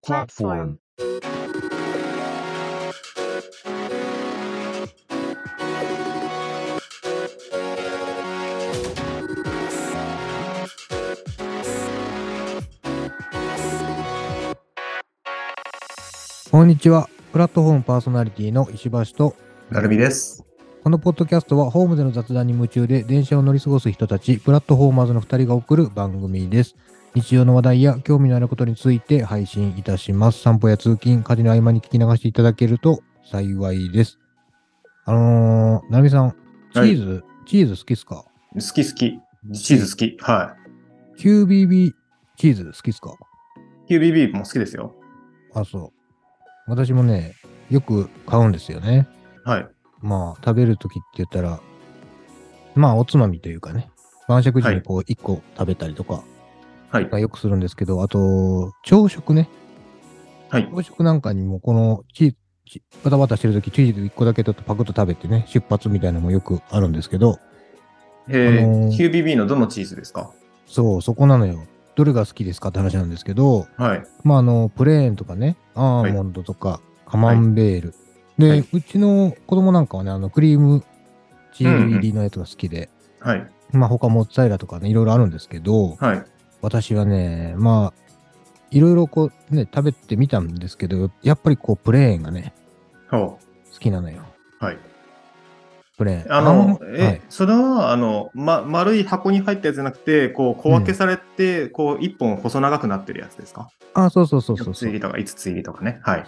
platform. .こんにちは。プラットフォームパーソナリティの石橋となるみです。 このポッドキャストはホームでの雑談に夢中で電車を乗り過ごす人たちプラットフォーマーズの2人が送る番組です。日常の話題や興味のあることについて配信いたします。散歩や通勤、家事の合間に聞き流していただけると幸いです。なるみさん、チーズ好きっすか？ 好き。チーズ好き。はい。QBB チーズ好きっすか？ QBB も好きですよ。 あ、そう。私もね、よく買うんですよね。 はい。 まあ、食べるときって言ったら、まあ、おつまみというかね、晩食時にこう、1個食べたりとか、 はい。 よくするんですけど、あと、朝食ね。 はい。 朝食なんかにも、このバタバタしてるとき、チーズ1個だけちょっとパクッと食べてね、出発みたいなのもよくあるんですけど、 QBB のどのチーズですか？ そう、そこなのよ。どれが好きですかって話なんですけど、 はい。 まあ、プレーンとかね、アーモンドとか、カマンベール。で、 はい、 うちの子供なんかはね、クリームチーズ入りのやつが好きで、 はい。 まあ他モッツァレラとかね、いろいろあるんですけど、 はい。 私はね、まあ、いろいろこうね、食べてみたんですけど、やっぱりこう、プレーンがね、好きなのよ。 はい。 プレーン。はい、 それは、丸い箱に入ったやつじゃなくて、こう、小分けされて、こう、一本細長くなってるやつですか？ あ、そう。 4つ入りとか5つ入りとかね。はい。 そう。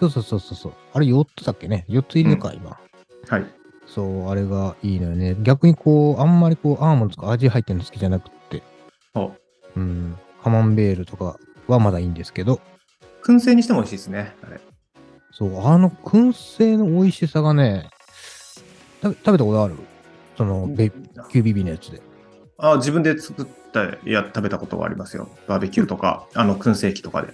あれ4つだっけね。4つ入りか、今。 はい。 そう、あれがいいのよね。逆にこう、あんまりこう、アーモンドとか味入ってるの好きじゃなくって。カマンベールとかはまだいいんですけど。 燻製にしても美味しいですね。あれ。 そう、燻製の美味しさがね、食べたことある？その、QBB のやつで。 自分で作った食べたことがありますよ。バーベキューとか、燻製機とかで。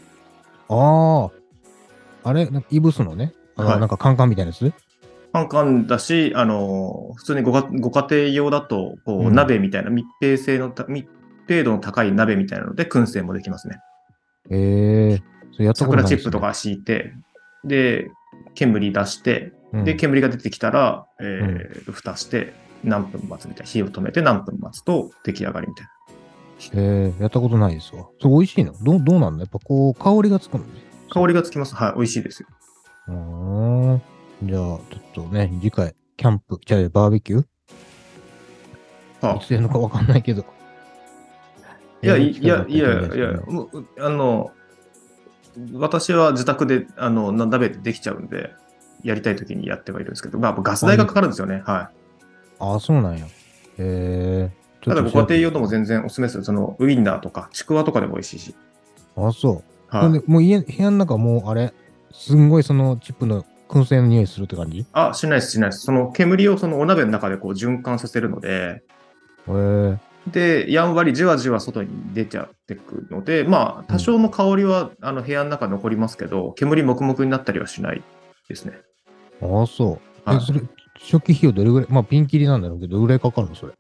あれなんかイブスのね、なんかカンカンみたいなやつ？ カンカンだし、普通にご家庭用だと、こう、鍋みたいな密閉度の高い鍋みたいなので、燻製もできますね。 それやったことないですね。 桜チップとか敷いて、で、煙出して、で、煙が出てきたら、蓋して何分待つみたいな。火を止めて何分待つと出来上がりみたいな。やったことないですわ。そう、美味しいの？どうなんだ？やっぱこう、香りがつくのね。 香りがつきます。はい、美味しいですよ。 じゃあ、ちょっとね、次回、バーベキューいつやるのかわかんないけど。 いや、私は自宅で、鍋でできちゃうんで、やりたいときにやってはいるんですけど、まあ、ガス代がかかるんですよね。はい。 そうなんや。 ただ、ご家庭用でも全然おすすめですよ。その、ウインナーとか、ちくわとかでも美味しいし。 そう。はい。もう部屋の中もう、すんごいそのチップの燻製の匂いするって感じ？ しないです。その煙をそのお鍋の中でこう循環させるので、で、やんわりじわじわ外に出ちゃってくので、まあ、多少の香りは、部屋の中残りますけど、煙もくもくになったりはしないですね。 そう。それ、初期費用どれぐらい？まあ、ピンキリなんだろうけど、どれぐらいかかるのそれ？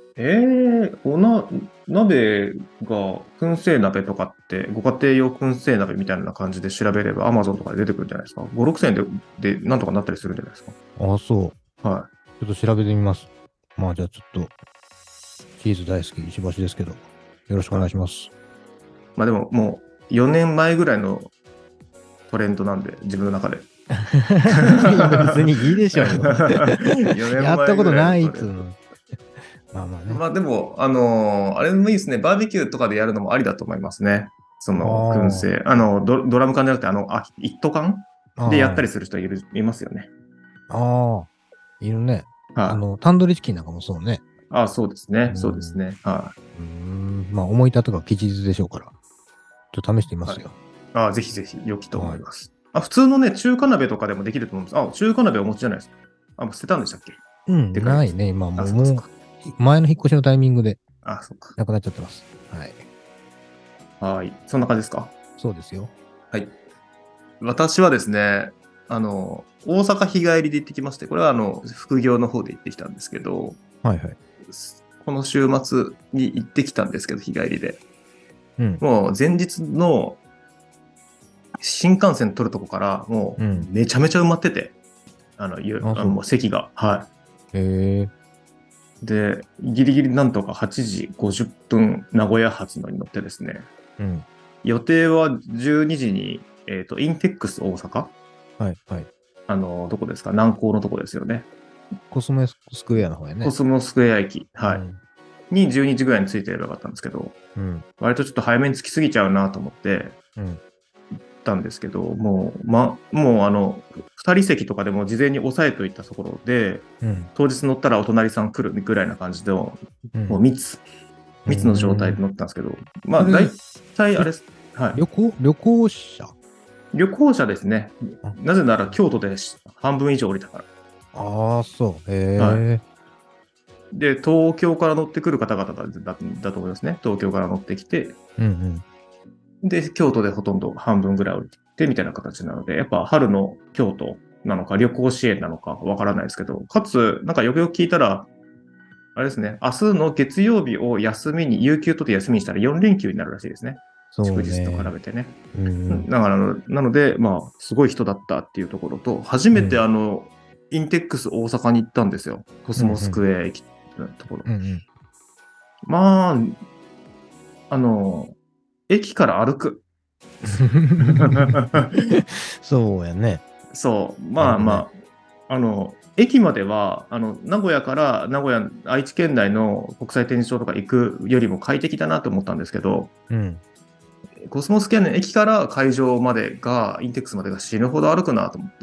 鍋が、燻製鍋とかって、ご家庭用燻製鍋みたいな感じで調べれば、Amazon とかで出てくるんじゃないですか。5、6千円でなんとかなったりするんじゃないですか。 そう。 はい。 ちょっと調べてみます。まあ、じゃあちょっと、チーズ大好き、石橋ですけど、よろしくお願いします。 まあでも、もう、4年前ぐらいのトレンドなんで、自分の中で。 別にいいでしょうよ。やったことないっつうの。まあね。 まあでも、あれもいいですね。バーベキューとかでやるのもありだと思いますね。その、燻製。ドラム缶じゃなくて、一斗缶でやったりする人いますよね。 いるね。タンドリーチキンなんかもそうね。 そうですね。そうですね。 まあ、思い立とか吉日でしょうから。ちょっと試してみますよ。 ぜひぜひ、良きと思います。普通のね、中華鍋とかでもできると思うんです。中華鍋お持ちじゃないですか。捨てたんでしたっけ？ ないね。今もう、前の引っ越しのタイミングで、 そうか。 なくなっちゃってます。 はい。そんな感じですか？ そうですよ。 はい。私はですね、大阪日帰りで行ってきまして、これは副業の方で行ってきたんですけど、この週末に行ってきたんですけど、日帰りで。もう前日の新幹線取るとこからもうめちゃめちゃ埋まってて、もう席が。はい。 へえ。 で、ギリギリなんとか8時50分名古屋発のに乗ってですね、予定は12時に、インテックス大阪、 はいはい。 どこですか、南港のとこですよね。 コスモスクエアの方やね。 コスモスクエア駅、はい。に12時ぐらいに着いてればよかったんですけど、割とちょっと早めに着きすぎちゃうなと思って、行ったんですけど、もう2人席とかでも事前に押さえといたところで、当日乗ったらお隣さん来るぐらいな感じで、もう密の状態で乗ったんですけど、まあ大体あれ、はい。旅行者ですね。なぜなら京都で半分以上降りたから。 ああ、そう。へえ。 で、東京から乗ってくる方々だと思いますね。東京から乗ってきて、で、京都でほとんど半分ぐらい降りてきてみたいな形なので、やっぱ春の京都なのか旅行支援なのかわからないですけど、かつ、なんかよくよく聞いたら、あれですね、明日の月曜日を休みに、有給取って休みにしたら4連休になるらしいですね。祝日と比べてね。だから、なので、まあ、すごい人だったっていうところと、初めてインテックス大阪に行ったんですよ。コスモスクエア駅のところ。まあ、駅から歩く。 そうやね。 そう。まあまあ、駅までは、名古屋から愛知県内の国際展示場とか行くよりも快適だなと思ったんですけど、コスモスキャンの駅から会場までが、インテックスまでが死ぬほど歩くなと思って、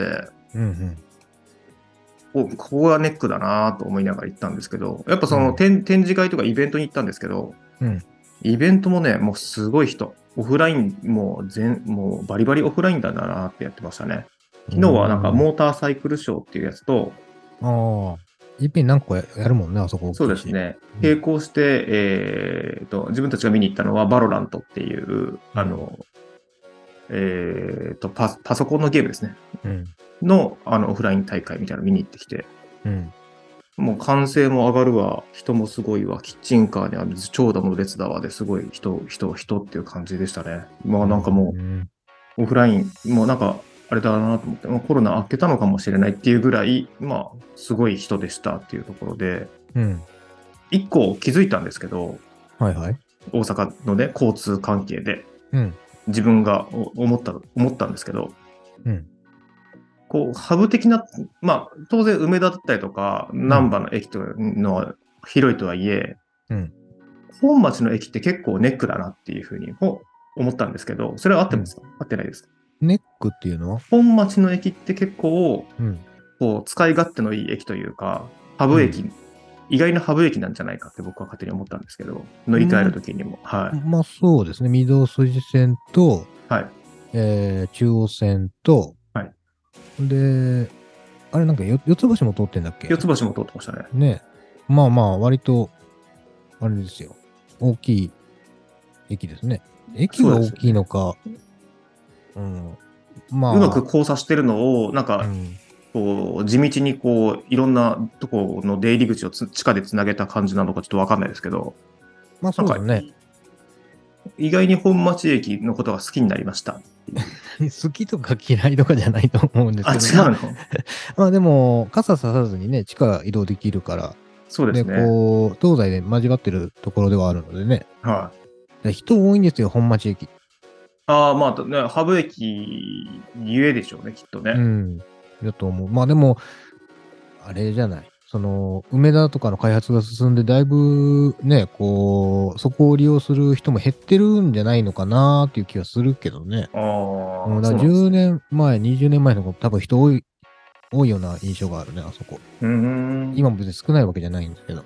ここがネックだなと思いながら行ったんですけど、やっぱその、展示会とかイベントに行ったんですけど、イベントもね、もうすごい人。オフラインもうバリバリオフラインだなってやってましたね。昨日はなんかモーターサイクルショーっていうやつと、 いっぺん何個やるもんね、あそこ。 そうですね。並行して、自分たちが見に行ったのはバロラントっていう、パソコンのゲームですね。の、オフライン大会みたいなの見に行ってきて、もう歓声も上がるわ、人もすごいわ、キッチンカーには長蛇の列だわですごい人っていう感じでしたね。まあなんかもう、オフライン、もうなんか、あれだなと思って、コロナ明けたのかもしれないっていうぐらい、まあ、すごい人でしたっていうところで、一個気づいたんですけど、大阪のね、交通関係で、自分が思ったんですけど、こう、ハブ的な、まあ、当然梅田だったりとか、難波の駅というのは広いとはいえ、本町の駅って結構ネックだなっていうふうに思ったんですけど、それは合ってますか？合ってないですか？ ネックっていうのは本町の駅って結構、こう、使い勝手のいい駅というか、ハブ駅、意外なハブ駅なんじゃないかって僕は勝手に思ったんですけど、乗り換えるときにも。 まあそうですね。御堂筋線と、中央線と、で、あれなんか四つ橋も通ってんだっけ？ 四つ橋も通ってましたね。 ね。まあまあ、割と、あれですよ。大きい駅ですね。駅が大きいのか、 まあ。うまく交差してるのを、なんか、こう、地道にこう、いろんなとこの出入り口を地下でつなげた感じなのかちょっとわかんないですけど。 まあそうですね。 意外に本町駅のことが好きになりました。 好きとか嫌いとかじゃないと思うんですけど。 違うの？ まあでも、傘ささずにね、地下移動できるから。 そうですね。 こう、東西で交わってるところではあるのでね。人多いんですよ、本町駅。 まあね、ハブ駅ゆえでしょうね、きっとね。 だと思う。まあでも、あれじゃない。梅田とかの開発が進んで、だいぶね、こう、そこを利用する人も減ってるんじゃないのかなっていう気はするけどね。だから10年前、20年前の方多分人多いような印象があるね、あそこ。今も別に少ないわけじゃないんだけど。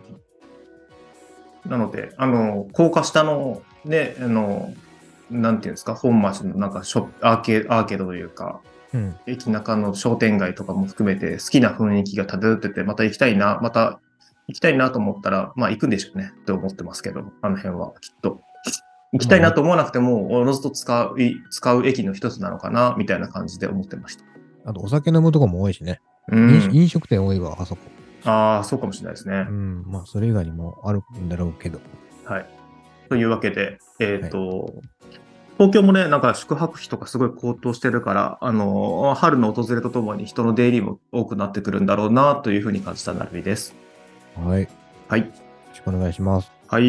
なので、高架下のね、なんていうんですか、本町のなんかアーケードというか、駅中の商店街とかも含めて好きな雰囲気が漂ってて、また行きたいなと思ったら、まあ行くんでしょうねって思ってますけど、あの辺はきっと。行きたいなと思わなくても、おのずと使う駅の一つなのかな、みたいな感じで思ってました。 あとお酒飲むとこも多いしね。飲食店多いわ、あそこ。 そうかもしれないですね。 まあそれ以外にもあるんだろうけど。 はい。というわけで、 東京もね、なんか宿泊費とかすごい高騰してるから、春の訪れとともに人の出入りも多くなってくるんだろうなというふうに感じたなるみです。 はい。 はい。よろしくお願いします。 はい。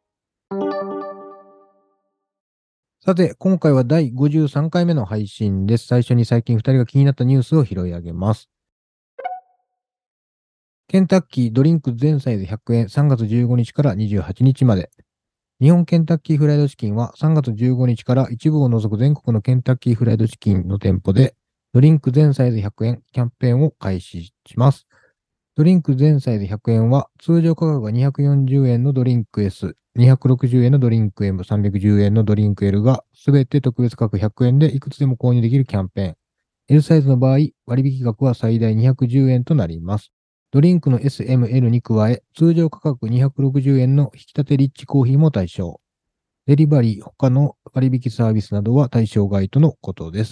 さて、今回は第53回目の配信です。最初に最近2人が気になったニュースを拾い上げます。ケンタッキードリンク全サイズ100円3月15日から28日まで。日本ケンタッキーフライドチキンは3月15日から一部を除く全国のケンタッキーフライドチキンの店舗でドリンク全サイズ100円キャンペーンを開始します。ドリンク全サイズ100円は通常価格が240円のドリンク S、260円のドリンク M、310円のドリンク L がすべて特別価格100円でいくつでも購入できるキャンペーン。L サイズの場合、割引額は最大210円となります。ドリンクの S、M、L に加え、通常価格260円の引き立てリッチコーヒーも対象。デリバリー、他の割引サービスなどは対象外とのことです。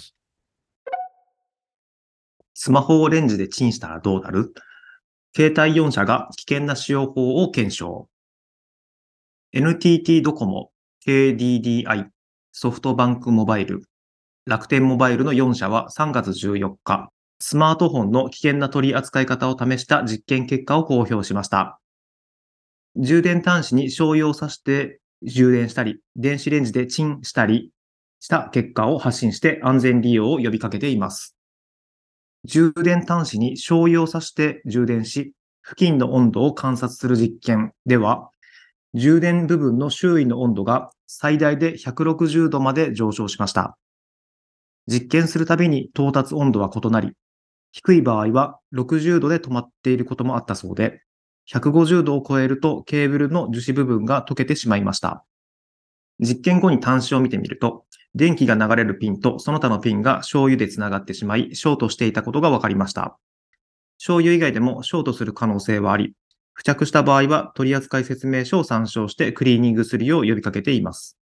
スマホをレンジでチンしたらどうなる？携帯4社が危険な使用法を検証。NTT ドコモ、KDDI、ソフトバンクモバイル、楽天モバイルの4社は3月14日、スマートフォンの危険な取り扱い方を試した実験結果を公表しました。充電端子に醤油を挿して充電したり、電子レンジでチンしたりした結果を発信して安全利用を呼びかけています。充電端子に醤油を挿して充電し、付近の温度を観察する実験では、充電部分の周囲の温度が最大で160度まで上昇しました。実験するたびに到達温度は異なり、低い場合は60度で止まっていることもあったそうで、150度を超えるとケーブルの樹脂部分が溶けてしまいました。実験後に端子を見てみると、電気が流れるピンとその他のピンが醤油でつながってしまい、ショートしていたことが分かりました。醤油以外でもショートする可能性はあり、付着した場合は取扱説明書を参照してクリーニングするよう呼びかけています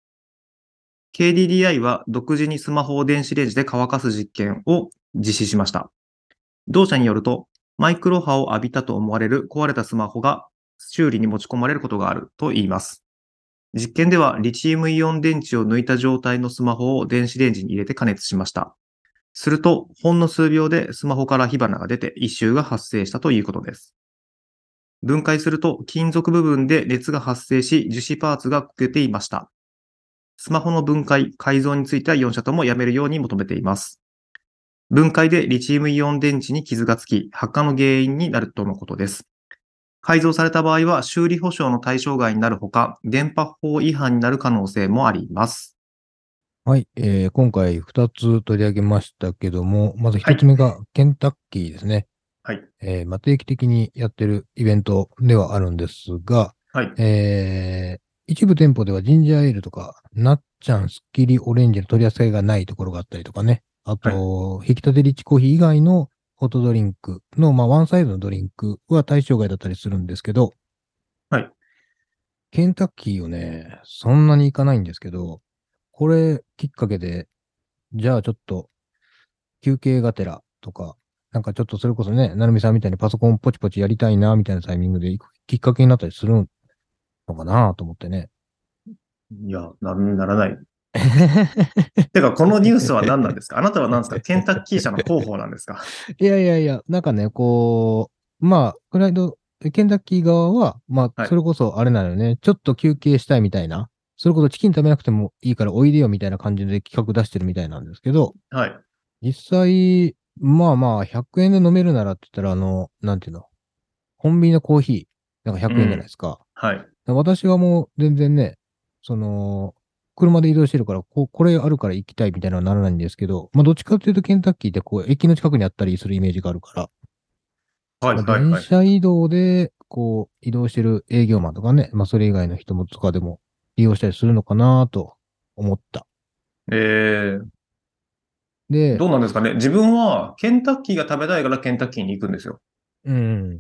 。KDDI は独自にスマホを電子レンジで乾かす実験を実施しました。同社によると、マイクロ波を浴びたと思われる壊れたスマホが修理に持ち込まれることがあるといいます。実験ではリチウムイオン電池を抜いた状態のスマホを電子レンジに入れて加熱しました。すると、ほんの数秒でスマホから火花が出て異臭が発生したということです。分解すると金属部分で熱が発生し樹脂パーツが焦げていました。スマホの分解、改造については4社ともやめるように求めています。分解でリチウムイオン電池に傷がつき、発火の原因になるとのことです。改造された場合は修理保証の対象外になるほか、電波法違反になる可能性もあります。 はい、今回2つ取り上げましたけども、まず1つはい。 目がケンタッキーですね。 はい。 定期的にやってるイベントではあるんですが、 はい。 一部店舗ではジンジャーエールとか、なっちゃんすっきりオレンジの取り扱いがないところがあったりとかね。あはい。 と、引き立てリッチコーヒー以外のホットドリンクの、ワンサイズのドリンクは対象外だったりするんですけど、 はい。 ケンタッキーをね、そんなに行かないんですけど、これきっかけで、じゃあちょっと休憩がてらとか、なんかちょっとそれこそね、なるみさんみたいにパソコンポチポチやりたいな、みたいなタイミングで行くきっかけになったりするのかなと思ってね。 いや、ならない。てか、このニュースは何なんですか？あなたは何ですか？ケンタッキー社の広報なんですか？ いやいやいや、なんかね、フライド、ケンタッキー側は、 はい。 それこそあれなのよね、ちょっと休憩したいみたいな、それこそチキン食べなくてもいいからおいでよみたいな感じで企画出してるみたいなんですけど、 はい。 実際、100円で飲めるならって言ったら、なんていうの、コンビニのコーヒー、なんか100円じゃないでうん。 すか。 はい。 私はもう全然ね、その、車で移動してるから、これあるから行きたいみたいなのはならないんですけど、どっちかっていうとケンタッキーって駅の近くにあったりするイメージがあるから、 はい。はい。 電はい。 車移動で、移動してる営業マンとかね、それ以外の人もとかでも利用したりするのかなと思った。 えで、 どうなんですかね。自分はケンタッキーが食べたいからケンタッキーに行くんですよ。 うん、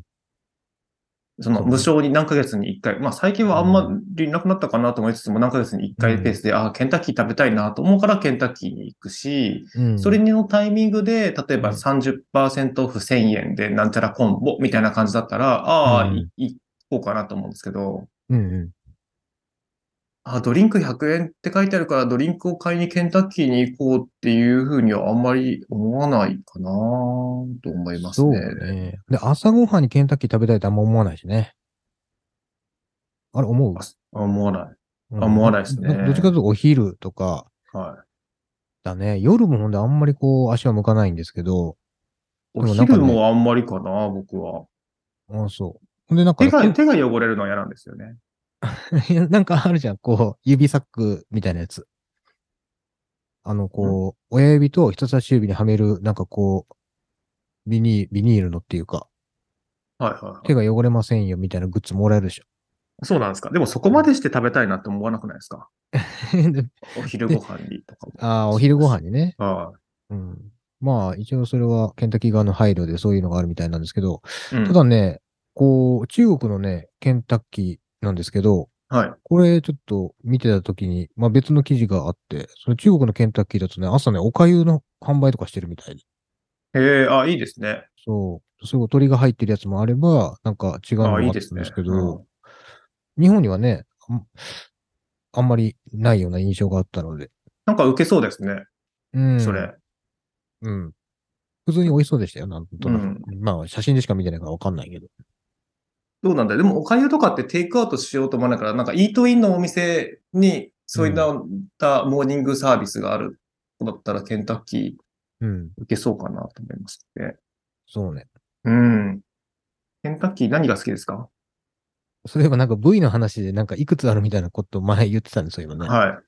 その無そうね。 償に何ヶ月に1回。まあ最近はあんまうん、 りなくなったかなと思いつつも何ヶ月に1 うん、 回ペースで、ケンタッキー食べたいなと思うからケンタッキーに行くし、それうん、 のタイミングで、例えばうん、 30%オフ1000円でなんちゃらコンボみたいな感じだったら、 うん、 行こうかなと思うんですけど、 うん、 ドリンク100円って書いてあるから、ドリンクを買いにケンタッキーに行こうっていうふうにはあんまり思わないかなと思いますね。 そうね。で、朝ごはんにケンタッキー食べたいってあんま思わないしね。あれ、思う？ 思わない。思うん。 わないですどっちかというね。 とお昼とかはい。 だね。夜もほんであんまりこう足は向かないんですけど、 おでもなんかね、 昼もあんまりかな、僕は。 あ、そう。ほんでなんかね、 手が汚れるのは嫌なんですよね。 なんかあるじゃん、こう、指サックみたいなやつ。 んこう、親指と人差し指にはめる、なんかこう、ビニールのっていうか、 はいはい手がは汚れませんよみたいなグッズもらえるでしょ。 い。そうなんですか。でもそこまでして食べたいなって思わなくないですか？ で、 お昼ご飯にとかもお昼そうだし。 ご飯にね。 はうん。まあ、一応それはケンタッキー側の配慮でそういうのがあるみたいなんですけど、 い。うん。 ただね、こう、中国のね、ケンタッキーなんですけど、 はい。 これちょっと見てたときに、まあ別の記事があって、その中国のケンタッキーだとね、朝ね、お粥の販売とかしてるみたいで。 へえ、いいですね。 そう、すごい鶏が入ってるやつもあれば、なんか違うのいもあったんですいですね。 けど、 うん。 日本にはね、あんまりないような印象があったので。 なんか受けそうですね。 うん、 それ。 うん。普通に美味しそうでしたよ、なんとなく。 うん。 まあ、写真でしか見てないからわかんないけど。 どうなんだよ。でも、お粥とかってテイクアウトしようと思わないから、なんか、イートインのお店に、そういっうん、 たモーニングサービスがあるだったら、ケンタッキーうん。 受けそうかなと思いますね。 そうね。 うん。ケンタッキー何が好きですか？ そういえばなんか部位の話でなんかいくつあるみたいなこと前言ってたんですよ、今ね。 は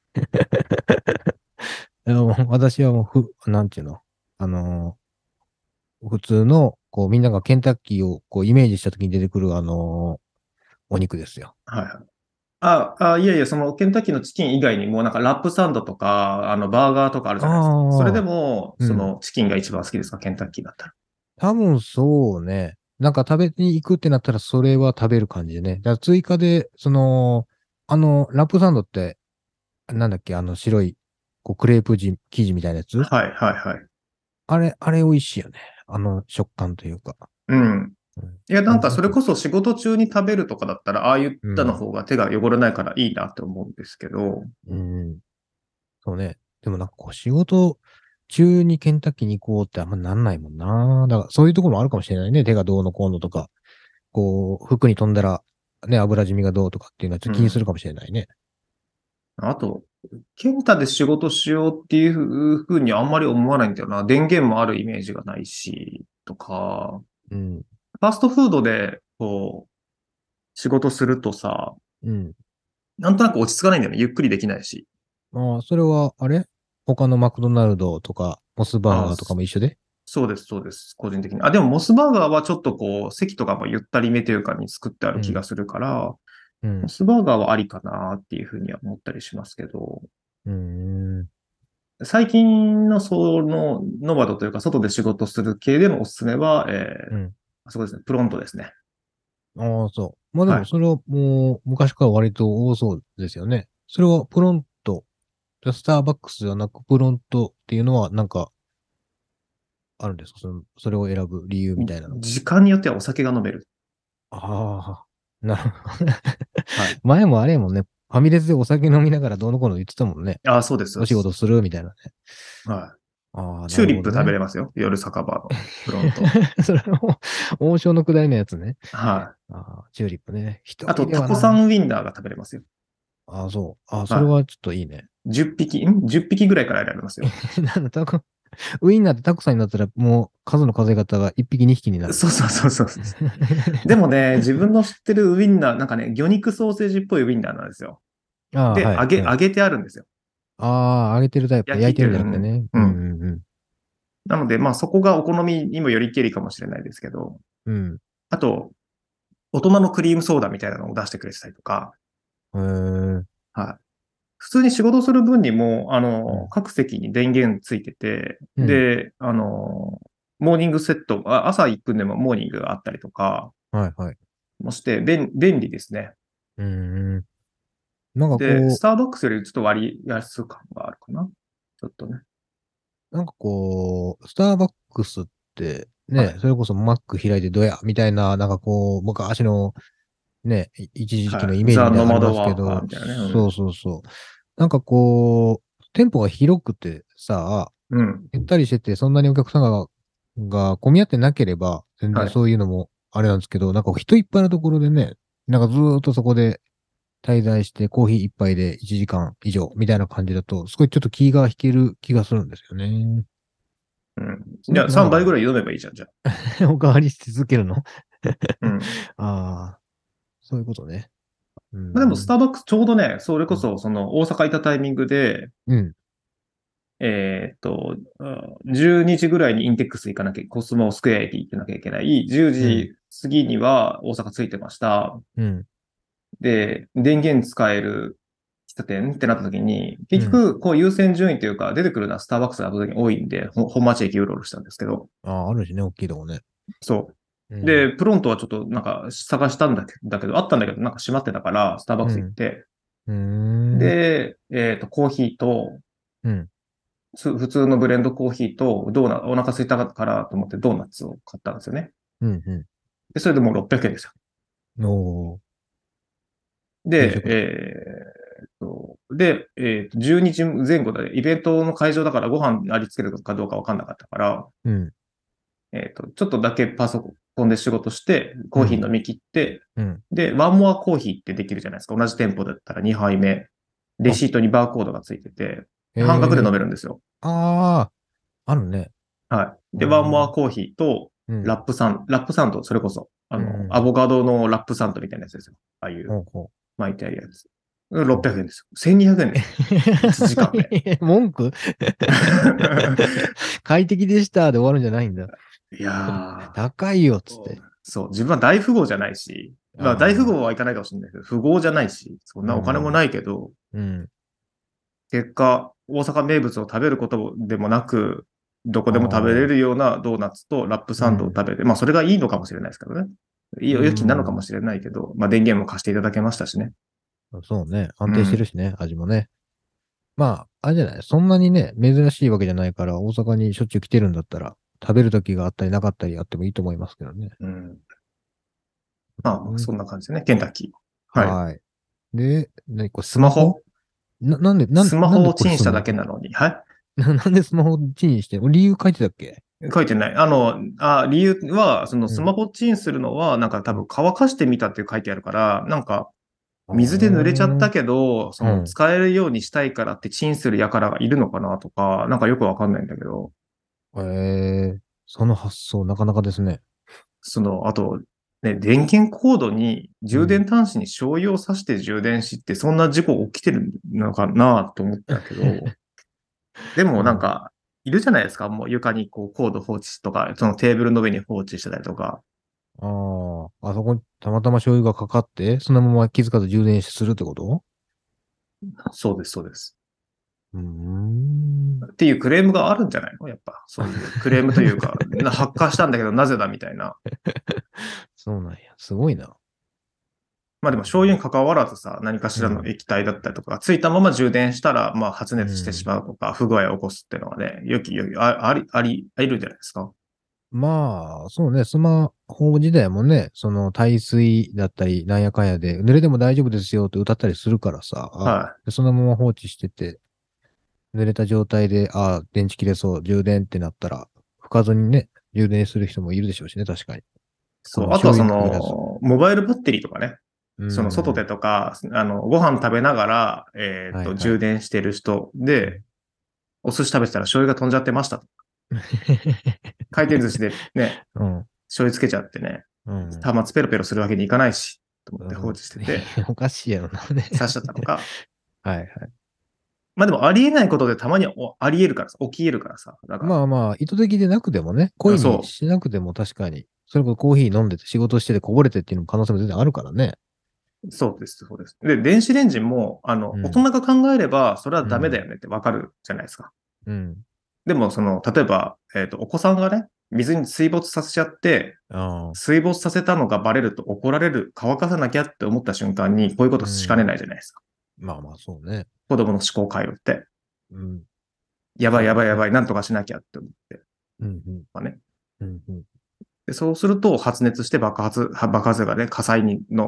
私はもうなんていうの、あの普通の、こう、みんながケンタッキーをこうイメージしたときに出てくる、お肉ですよ。 い。はい。いやいや、そのケンタッキーのチキン以外にも、なんかラップサンドとか、バーガーとかあるじゃないですか。それでああ、 も、 うん。 そのチキンが一番好きですか？ケンタッキーだったら。 多分そうね。なんか食べに行くってなったらそれは食べる感じでね。だから追加で、ラップサンドって、なんだっけ、白い、こう、クレープ生地みたいなやつ。 はい、はい、はい。 あれ美味しいよね。食感というか。 うん。 うん。 いや、なんかそれ僕、 こそ仕事中に食べるとかだったら、ああいったのうん。 方が手が汚れないからいいなって思うんですけど、 うん。そうね。でもなんかこう仕事中にケンタッキーに行こうってあんまなんないもんな。だからそういうところもあるかもしれないね。手がどうのこうのとか、こう、服に飛んだらね、油染みがどうとかっていうのはちょっと気にすうん。 るかもしれないね。 あと、ケンタで仕事しようっていうふうにあんまり思わないんだよな。電源もあるイメージがないし、とか、 うん。 ファストフードで、こう、仕事するとさ、 うん。 なんとなく落ち着かないんだよね。ゆっくりできないし。 まあ、それは、他のマクドナルドとか、モスバーああ、 ガーとかも一緒で。 そうです、そうです。個人的に。でもモスバーガーはちょっとこう、席とかもゆったりめというかに作ってある気がうん。 するから、モうん。 スバーガーはありかなっていうふうには思ったりしますけど、 うーん。 最近のそのノバドというか外で仕事する系でのおすすめは、 うん。 あそこですね、プロントですね。 ああ、そう。まあでも、 はい。 それはもう、昔から割と多そうですよね。それは、プロント、スターバックスではなく、プロントっていうのは、なんか、あるんですか？それを選ぶ理由みたいなの。 時間によってはお酒が飲める。 ああ、なるほど。 はい。 前もあれやもんね。ファミレスでお酒飲みながらどうのこうの言ってたもんね。 そうです、そうです。 お仕事するみたいなね。 はい。 ああ、なチューリップ食べるほどね。 れますよ。夜酒場のプロント。 それも、王将のくだりのやつね。 はい。 ああ、チューリップね。一あと、 人でタコさはな。 んウィンナーが食べれますよ。 ああ、そう。ああ、それははちょっといいね。 い。10匹、10匹ぐらいから選べますよ。 なんだ、ウィンナーってタコさんになったら、もう数の数え方が1匹2匹になる。 そうそうそうそうそう。でもね、自分の知ってるウィンナー、なんかね、魚肉ソーセージっぽいウィンナーなんですよ。 ああ、 で、 はい、はい。 揚げてあるんですよ。 ああ、揚げてるタイプ、焼いてるんじゃなくてうん、 ね。うん、 うん。 うん、 なので、まあそこがお好みにもよりけりかもしれないですけど、 うん。 あと、大人のクリームソーダみたいなのを出してくれてたりとか、 うん。 はい。普通に仕事する分にも、 うん。 各席に電源ついてて、 うん。 で、モーニングセット、朝行くんでもモーニングがあったりとかはい、はい。 もして、便利ですね。 うん。なんかで、スこターバックスよりちょっと割安感があるかな。ちょっとね。 スターバックスってね、 はい。 それこそマック開いてどやみたいな、なんかこう、昔のね、一時期のはい。 イメージザ・ノみたいなのありまマドワーカーすけど、 みたいなね。 そうそうそう。なんかこう、店舗が広くてさ、 うん。うん。 ゆったりしてて、そんなにお客さんが混み合ってなければ、全然はい。 そういうのもあれなんですけど、なんか人いっぱいのところでね、なんかずーっとそこで滞在してコーヒー一杯で1時間以上みたいな感じだと、すごいちょっと気が引ける気がするんですよね。 うん。じゃあ3 そういうのってないのか倍ぐらい飲めばいいじゃん、じゃなおかわりし続けるの？ あ。うん。 ああ、そういうことね。うまあ、でも、スん。 ターバックスちょうどね、それうん。 こそ、大阪行ったタイミングで、 うん。 12時ぐらいにインテックス行かなきゃ、コスモスクエア駅行ってなきゃいけない。10 うん。 時過ぎには大阪着いてました。 うん。 で、電源使える喫茶店ってなった時に、 うん。 結局、こう優先順位というか、出てくるのはスターバックスが圧倒的に多いんで、本町駅うろうろしたんですけど、 ああ、あるしね、大きいとこね。 そう。 うん。 で、プロントはちょっとなんか探したんだけど、あったんだけど、なんか閉まってたから、スターバックス行っうん。 て、 うーん。 で、コーヒーと、 うん。 普通のブレンドコーヒーと、お腹空いたからと思ってドーナツを買ったんですよね。 うん。うで、それでもう600円ですよ。 ん。おー、定で、 食だ。 12時前後で、イベントの会場だからご飯ありつけるかどうかわかんなかったから、 うん。 ちょっとだけパソコンで仕事して、コーヒーうん。 飲み切って、 うん。 で、ワンモアコーヒーってできるじゃないですか。同じ店舗だったら2杯目。レあ、 シートにバーコードがついてて、半額でええ、 飲めるんですよ。 ああ、あるね。 はい。で、ワンモアうん。 コーヒーと、 うん。 ラップサンド、それこそ、 うアん。 ボカドのラップサンドみたいなやつですよ。ああいうほうほ巻いてあるやつ。 う。 600円ですよ。1200円ですよ。1時間で。 文句快適でしたで終わるんじゃないんだ。 いや高いよ、 ー、 つって。 そう、自分は大富豪じゃないし、まあ大富ああ、 豪はいかないかもしれないけど、富豪じゃないし、そんうなお金もん。 ないけど、 うん。 結果、大阪名物を食べることでもなく、どこあでも食べれあ、 るようなドーナツとラップサンドをうん。 食べて、まあそれがいいのかもしれないですけどね。いいう良きなのかもん。 しれないけど、まあ電源も貸していただけましたしね。 そうね。安定してるうん。 しね、味もね。まあ、あれじゃない。そんなにね、珍しいわけじゃないから、大阪にしょっちゅう来てるんだったら、食べる時があったりなかったりあってもいいと思いますけどね。 うん。まあまあ、 うん、 そんな感じでね。ケンタッキー。はい。 はい。で、何これスマホスマホなんでスマホをこれすんの？ チンしただけなのに。はなんでスマホチンして理由書いてたっけ？ い。書いてない。理由は、そのうん。 スマホチンするのは、なんか多うん。 分乾かしてみたって書いてあるから、なんか、 あ水で濡れちゃったー、 けど、そうん。 の使えるようにしたいからってチンする輩がいるのかなとか、なんかよくわかんないんだけど、 その発想なかなかですね。 あと、ね、電源コードに充うん。 電端子に醤油をさして充電しってそんな事故起きてるのかなと思ったけど、でもうん。 なんか、いるじゃないですか。もう床にこうコード放置とか、そのテーブルの上に放置してたりとか。 ああ、あそこにたまたま醤油がかかって、そのまま気づかず充電するってこと？ そうです、そうです。 うーん。 っていうクレームがあるんじゃないのやっぱ。そういうクレームというか、発火したんだけどなぜだみたいな。 そうなんや。すごいな。 まあでも醤油に関わらずさ、何かしらのうん。 液体だったりとか、ついたまま充電したら、まあ発熱してしうん。 まうとか、不具合を起こすっていうのはね、よき、ありるじゃないですか。 まあ、そうね、スマホ自体もね、その耐水だったり、なんやかんやで、濡れても大丈夫ですよって歌ったりするからさ、 はでそのまま放置してて、濡れた状態で、電池切れそう、充電ってなったら、吹かずにね、充電する人もいるでしょうしね、確かに。 い。そう。あとはこの醤油に限らず。 モバイルバッテリーとかね。 うその外ん。 でとか、ご飯食べながら、 はいはい。 充電してる人で、 うん。 お寿司食べてたら醤油が飛んじゃってましたと。回転寿司でね、 うん。 醤油つけちゃってね、 うん。 端末ペロペロするわけにいかないし、と思って放うん。 置してて、 おかしいやろな、ね。 刺しちゃったのか。 はいはい。 まあでもありえないことでたまにありえるからさ、起きえるからさ。だかまあまあ、意図的でなくてもね、故ら、 意にそしなくても確かに、それこそコーヒー飲んでて仕事しててこぼれてっていうのも可能性も全然あるからね。 そうです、そうです。で、電子レンジも、大うん。 人が考えれば、それはダメだうん。 よねってわかるじゃないですか。 うん。 でも、例えば、お子さんがね、水に水没させちゃって、 ああ。 水没させたのがバレると怒られる、乾かさなきゃって思った瞬間に、こういうことしかねうん。 ないじゃないですか。 まあまあ、そうね。 子供の思考回路って。 うん。 やばいやそうね。 ばいやばい、なんとかしなきゃって思って。 うん。うん。 まあね。 うん。うん。 で、そうすると発熱して爆発がね、火災の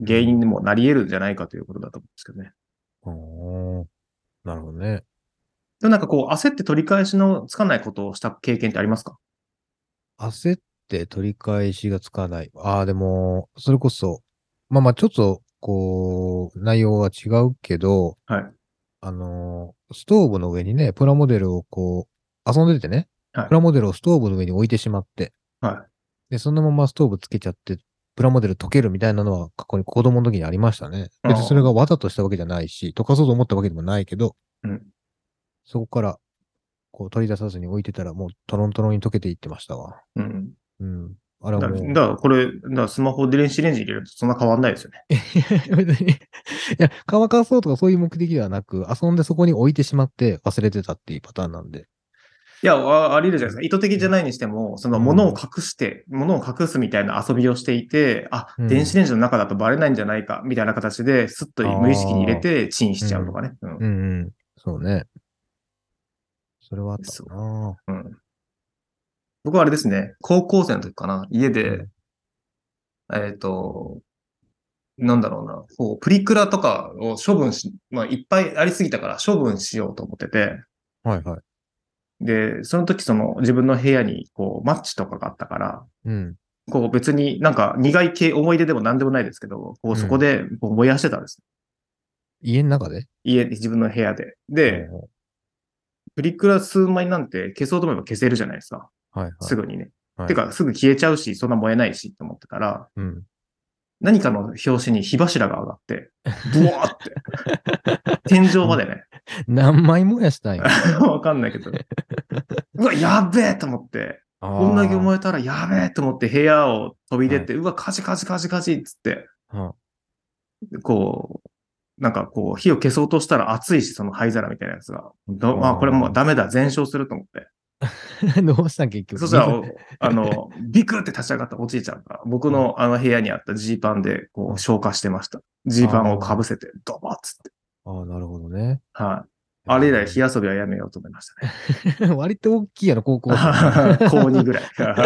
原因にもなり得るんじゃないかということだと思うんですけどね。 なるほどね。 でもなんかこう、焦って取り返しのつかないことをした経験ってありますか？ 焦って取り返しがつかない。でも、それこそ、ちょっと、内容は違うけど、 はい。 ストーブの上にね、プラモデルを遊んでてね、 はい。 プラモデルをストーブの上に置いてしまって、 はで、そのままストーブつけちゃって、プラモデル溶けるみたいなのは過去に子供の時にありましたね。 い。 別にそれがわざとしたわけじゃないし、溶かそうと思ったわけでもないけど、 うん。 そこから取り出さずに置いてたらもうトロントロンに溶けていってましたわ。 うん。 うん。あれはだもう、 からこれ、だからスマホで電子レンジ入れるとそんな変わんないですよね。 別に、いや、乾かそうとかそういう目的ではなく、遊んでそこに置いてしまって忘れてたっていうパターンなんで。 いや、あり得るじゃないですか。 うん。 意図的じゃないにしても、その物をうん。 隠して、物を隠すみたいな遊びをしていて、電子うん。 レンジの中だとバレないんじゃないか、みたいな形で、スッと無意識に入れああ。 てチンしうん。 ちゃうとかね。うん。 うん。うん。そうね。それはあったかそな。 う。うん。僕はあれですね、高校生の時かな、家で、 うん。 えっと、なんだろうな、こう、プリクラとかを処分し、いっぱいありすぎたから処分しようと思ってて、 はいはい。 で、その時その自分の部屋にマッチとかがあったから、 うん。 別になんか苦い系思い出でも何でもないですけど、そこうん。 で燃やしてたんです。 家の中で。 自分の部屋で。で、 おう。 プリクラ数枚なんて消そうと思えば消せるじゃないですか。 はいはい。 すぐにね。 はい。 てか、すぐ消えちゃうし、そんな燃えないしと思ってたら、 うん。 何かの拍子に火柱が上がって、ブワーって、天井までね、 何枚燃やしたんや。 わかんないけど、うわ、やべえと思って、こんだけあ燃えたらやべえと思って部屋を飛びあ。はい。 出て、うわ、火事火事火事火事っつって、 はこなんか火を消そうとしたら熱いし、その灰皿みたいなやつが。これもうあ。 ダメだ、全焼すると思って。 どうしたん結局。 そしたら、 水。 ビクって立ち上がったおじいちゃんが、僕あのあの部屋にあったジーパンであ。 消火してました。ジーパンをかぶあせて、ドバッつって。 あ。なるほどね。 はい。あれ以来火え遊びはやめようと思いましたね。 ー割と大きいやろ、高校生ね。 高2ぐらい。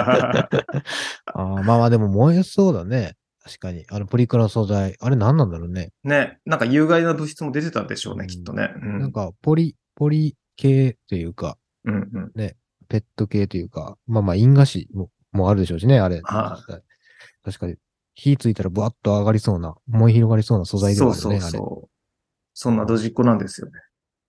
でも燃えそうだね。確かに。プリクラの素材。あれ何なんだろうね。 ね、なんか有害な物質も出てたんでしょうね、きっうん。 とね。うん。 なんか、ポリ系というか、 うん、うん。 ね、ペット系というか、因果紙もあるでしょうしね、あれ、実はい。 際。確かに、火ついたらブワッと上がりそうな、燃え広がりそうな素材でそうそうはあるね、あれ。 そう。そんなドジっ子なんですよね。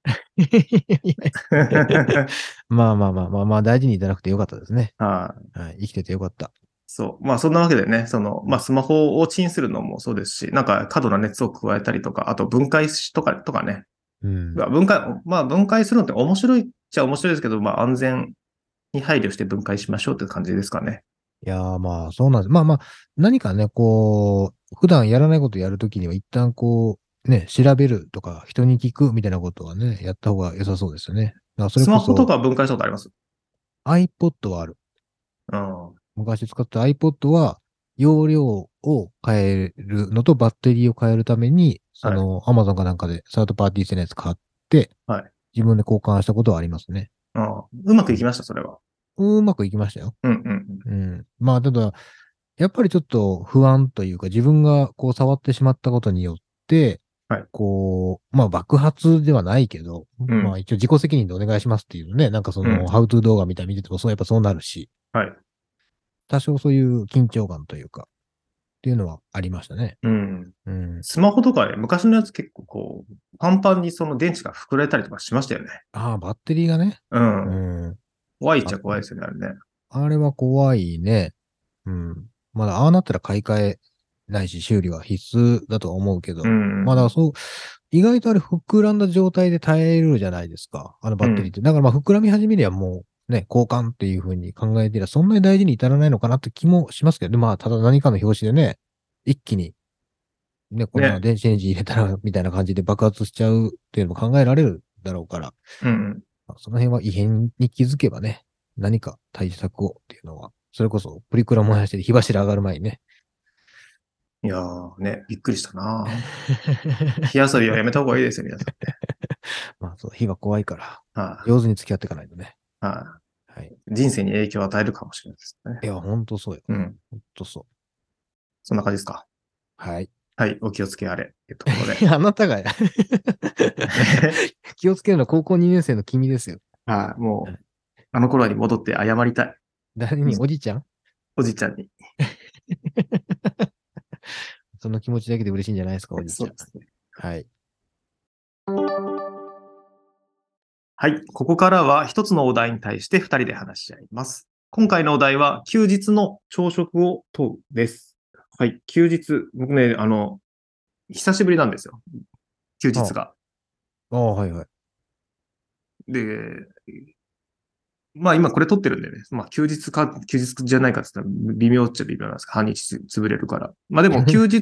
大事にいただくてよかったですね。 はい。 はい、生きててよかった。 そう。そんなわけでね、 うん。 スマホをチンするのもそうですし、なんか過度な熱を加えたりとか、あと分解しとかね。 うん。 分解するのって面白いっちゃ面白いですけど、安全に配慮して分解しましょうって感じですかね。 いやー、そうなんです。何かね、普段やらないことやるときには一旦ね、調べるとか、人に聞くみたいなことはね、やった方が良さそうですよね。だからそれスマこそホとか分解したことあります？ iPod はある。 うん。 昔使った iPod は、容量を変えるのとバッテリーを変えるために、 はい。 Amazon かなんかでサードパーティー製のやつ買って、 はい。 自分で交換したことはありますね。 うん。うまくうん。 いきました、それは。 うまくいきましたよ。 うん、うん、 うん。ただ、やっぱりちょっと不安というか、自分が触ってしまったことによって、 はい。 爆発ではないけど、 うん。 一応自己責任でお願いしますっていうね、なんかうん。 ハウトゥー動画みたいに見てても、やっぱそうなるし、 はい。 多少そういう緊張感というか、っていうのはありましたね。 うん。 うん。 スマホとかね、昔のやつ結構パンパンにその電池が膨れたりとかしましたよね。 ああ、バッテリーがね。 ううん。 ん。 怖いっちあ、 ゃ怖いですよね、あれね。 あれは怖いね。うん。まだああなったら買い替えないし、修理は必須だとは思うけうど、まだん。 そう、意外とあれ膨らんだ状態で耐えるじゃないですか。あのうん。 バッテリーって。だから膨らみ始めりゃもうね、交換っていう風に考えてりゃ、そんなに大事に至らないのかなって気もしますけどね。ただ何かの拍子でね、一気にね、こんなね。 電子レンジ入れたら、みたいな感じで爆発しちゃうっていうのも考えられるだろうから、 うん。 その辺は異変に気づけばね、何か対策をっていうのは、それこそプリクラ燃やして火柱上がる前にね。 いやーね、びっくりしたな。火遊びはやめた方がいいですよ、皆さそう、火は怖いから、 ん。はい、 上手に付き合っていかないとね。 ははい。 い。人生に影響を与えるかもしれないですね。 いや、ほんとそうよ。 うん。 ほんとそう。 そんな感じですか。 はい。 はい、お気をつけあれっていうところで。 あなたが気をつけるのは高校2年生の君ですよ。 はい、もう、あの頃に戻って謝りたい。 誰に、おじちゃん？ おじちゃんに。 その気持ちだけで嬉しいんじゃないですか、おじちゃん。 そうですね。 はい。 はい。ここからは一つのお題に対して二人で話し合います。今回のお題は、休日の朝食を問うです。はい。休日。僕ね、久しぶりなんですよ。休日あが。 あ、はいはい。 で、まあ今これ取ってるんでね。まあ休日か休日じゃないかって言ったら微妙っちゃ微妙なんですか。半日潰れるから。まあでも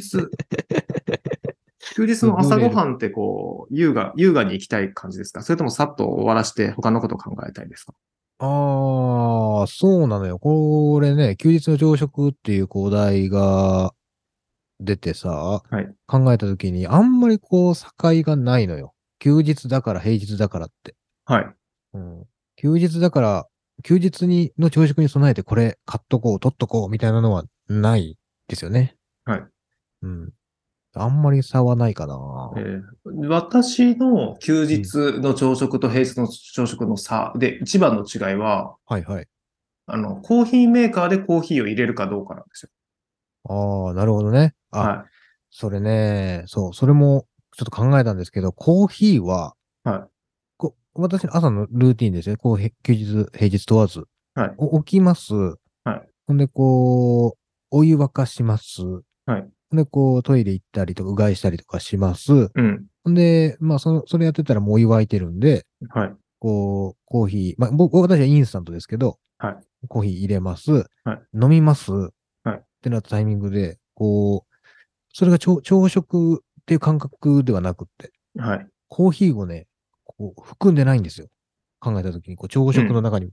休日の朝潰れる。 ごはんってこう、優雅に行きたい感じですか？それともさっと終わらして他のことを考えたいですか？ ああ、そうなのよ。これね、休日の朝食っていうお題が出てさ、 はい。 考えたときに、あんまり境がないのよ。休日だから平日だからって。 はい。 うん、休日だから、休日の朝食に備えてこれ買っとこう、取っとこうみたいなのはないですよね。 はい。 うん。あんまり差はないかな。 私の休うん。 日の朝食と平日の朝食の差で、一番の違いは、 はいはい。 コーヒーメーカーでコーヒーを入れるかどうかなんですよ。 ああ、なるほどね。あ、 はそれね、そう、それもちょっと考えたんですけど、コーヒーは、 い。は私の朝のルーティンですね。休日、平日問わず。 い。はい。 起きます。 はい。 ほんで、お湯沸かします。ほはい。 んで、トイレ行ったりとか、うがいしたりとかします。 うん。 ほんで、まあ、それやってたらもうお湯沸いてるんで、 はい。 コーヒー、まあ、私はインスタントですけど、 はい。 コーヒー入れます。 はい。 飲みますっはい。 てなったタイミングで、それが朝食っていう感覚ではなくって、 はい。 コーヒーをね、含んでないんですよ。考えたときに、朝うん。 食の中に。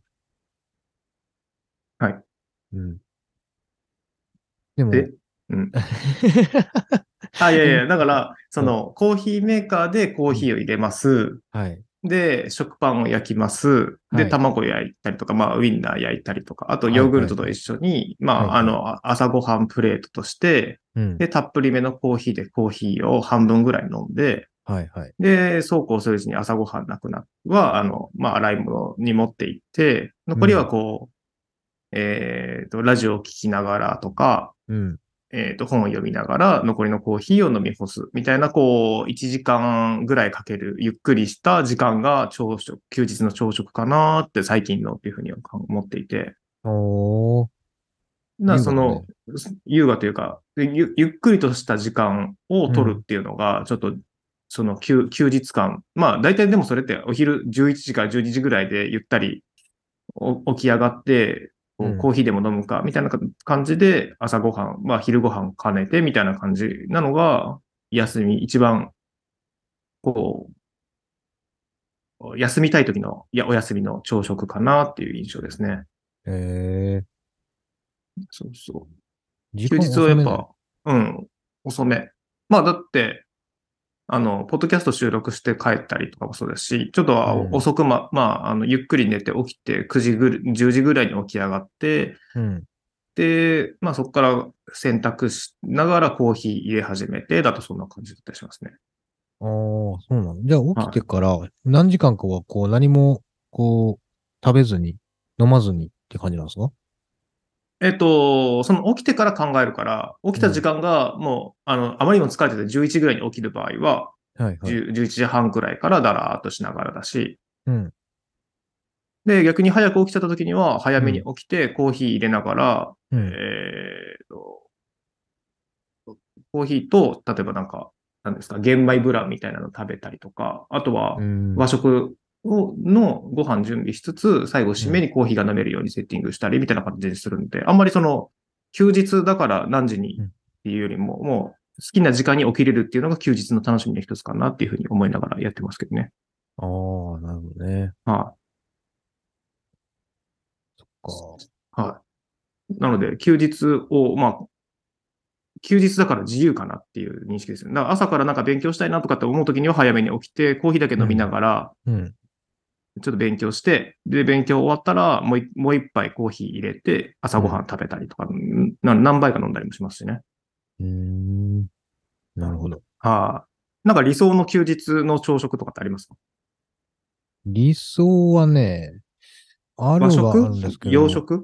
はい。 うん。でも、 で、うん。あ、いやいえ、 や、だから、 うん、 コーヒーメーカーでコーうん。 ヒーを入れます。 はい。 で、食パンを焼きます。で、 はい。 卵焼いたりとか、まあ、ウインナー焼いたりとか、あとはい、 ヨーグルはい、はい。 トと一緒に、まはい、 あ、 はい。 朝ごはんプレートとして、 うん。 で、たっぷりめのコーヒーでコーヒーを半分ぐらい飲んで、 はい、はい。 で、そうこうするうちに朝ごはんなくなは、まあ、洗い物に持っていって、残りはうん。 こう、ラジオを聞きながらとか、 うん。 本を読みながら残りのコーヒーを飲み干すみたいな、こう、1時間ぐらいかけるゆっくりした時間が休日の朝食かなって最近のっていうふうに思っていて、 おー、優雅だね。 優雅というか、ゆっくりとした時間をうん。 取るっていうのが、ちょっと、その休日感。まあ、大体でもそれってお昼11時から12時ぐらいでゆったり起き上がって、 うん。 こうコーヒーでも飲むか、みたいな感じで、朝ごはん、まあ昼ごはん兼ねて、みたいな感じなのが、一番、こ休みたい時の、お休みの朝食かなっていう印象ですね。 えそうそう。 時間休日は遅めなの？ やっぱ、うん、遅め。まあだって、ポッドキャスト収録して帰ったりとかもそうですし、ちょっとはうん。 遅くまあ、ゆっくり寝て起きて9時10時ぐらいに起き上がって、 うん。 で、まあそこから洗濯しながらコーヒー入れ始めて、だとそんな感じだったりしますね。 ああ、そうなの。じゃあ起きてはい。 から何時間かは何も食べずに飲まずにって感じなんですか？ その起きてから考えるから、起きた時うん。 間がもう、あまりにも疲れてて11時ぐらいに起きる場合は、 はいはい。 11時半くらいからだらーっとしながらだし、 うん。 で、逆に早く起きちゃった時には、早めにうん。 起きてコーヒー入れながら、 うん。 コーヒーと、例えばなんか、なんですか、玄米ブランみたいなの食べたりとか、あとはうん。 和食のご飯準備しつつ、最後うん。 締めにコーヒーが飲めるようにセッティングしたりみたいな感じにするんで、あんまり休日だから何時にうん。 っていうよりも、もう好きな時間に起きれるっていうのが休日の楽しみの一つかなっていうふうに思いながらやってますけどね。 ああ、なるほどね。 はか。 い。はい。なので、まあ、休日だから自由かなっていう認識ですね。だから朝からなんか勉強したいなとかって思うときには早めに起きて、コーヒーだけ飲みなうん。 がら、 うん。 ちょっと勉強して、で、勉強終わったら、もう一杯コーヒー入れて、朝うん。 ごはん食べたりとか、何杯か飲んだりもしますしね。 うーん。 なるほど。 はい。なんか理想の休日の朝食とかってありますか？ 理想はね、あ和るはある食んですけど、 洋食？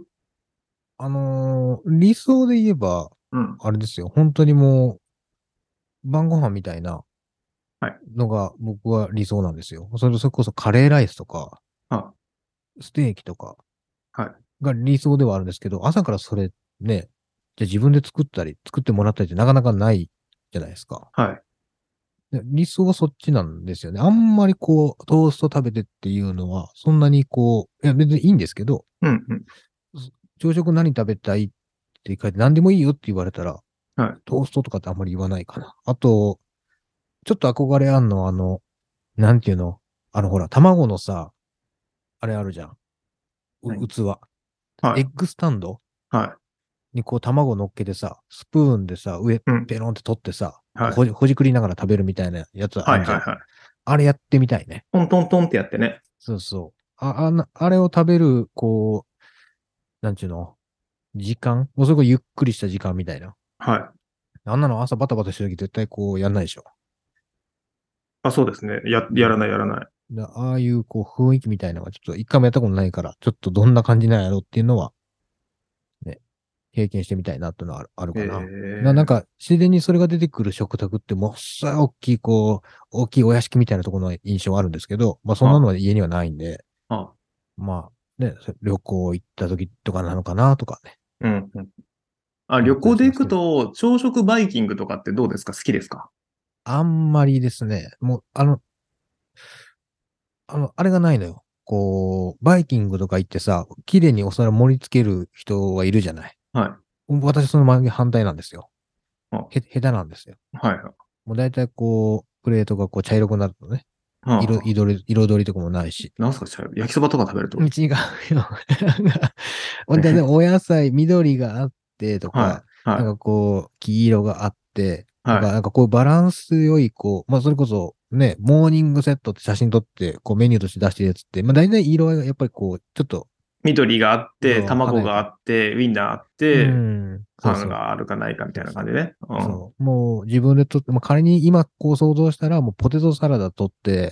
理想で言えば、 うん。 あれですよ。本当にもう、晩ご飯みたいなはい。 のが僕は理想なんですよ。それこそカレーライスとか、 はステーキとかはい。 が理想ではあるんですけど、朝からそれね、じゃあ自分で作ってもらったりってなかなかないじゃないですか。 はい。 で理想はそっちなんですよね。あんまりこう、トースト食べてっていうのは、そんなにこう、いや別にいいんですけど、 うん、うん。 朝食何食べたいって書いて何でもいいよって言われたら、 はい。 トーストとかってあんまり言わないかな。あと、ちょっと憧れあんの、なんていうの、ほら、卵のさ、あれあるじゃん。 何？ 器。エッはい。 グスタンドはい。 にこう卵乗っけてさ、スプーンでさ、上、 うん。 ペロンって取ってさ、こうはい。 ほじくりながら食べるみたいなやつあはい、 んじゃん。 はい、はい。 あれやってみたいね。 トントントンってやってね。 そうそう。あれを食べる、こう、なんちゅうの、時間もうそれこそゆっくりした時間みたいな。 はい。 あんなの朝バタバタしてるとき絶対こうやんないでしょ。 あ、そうですね。やらね。 ない、やらない。 ああいうこう雰囲気みたいなのがちょっと一回もやったことないから、ちょっとどんな感じなんやろっていうのはね、経験してみたいなっていうのはあるかな。なんええか自然にそれが出てくる食卓ってもっさい大きいこう、大きいお屋敷みたいなところの印象はあるんですけど、まあそんなのあ、 は家にはないんで、 あ、 まあね、旅行行った時とかなのかなとかね、 うん、うん。あ、 思ったり旅行で行しますけど。 くと、朝食バイキングとかってどうですか？好きですか？ あんまりですね、もうあれがないのよ。こう、バイキングとか行ってさ、綺麗にお皿盛り付ける人はいるじゃない。 はい。 私その真反対なんですよ。 あ、 下手なんですよ。 はい。 もう大体こう、プレートがこう茶色くなるとね、 はあ、はあ。 彩りとかもないし。 なんすか、焼きそばとか食べると。 違うよ。ほんとね、お野菜、緑があってとはい。 か、なんはかこう、黄色があって、 い。はい。 なんかこうバランス良い、こう、まあそれこそね、モーニングセットって写真撮って、こうメニューとして出してるやつって、まあ大体色合いがやっぱりこう、ちょっと、 緑があって、 そう、華卵があやか。 って、ウインナーあっうて、 ん、そうパンそう。 があるかないかみたいな感そうそじでね。うう。 ん。 そう。もう自分でとって、まあ、仮に今こう想像したら、もうポテトサラダ取って、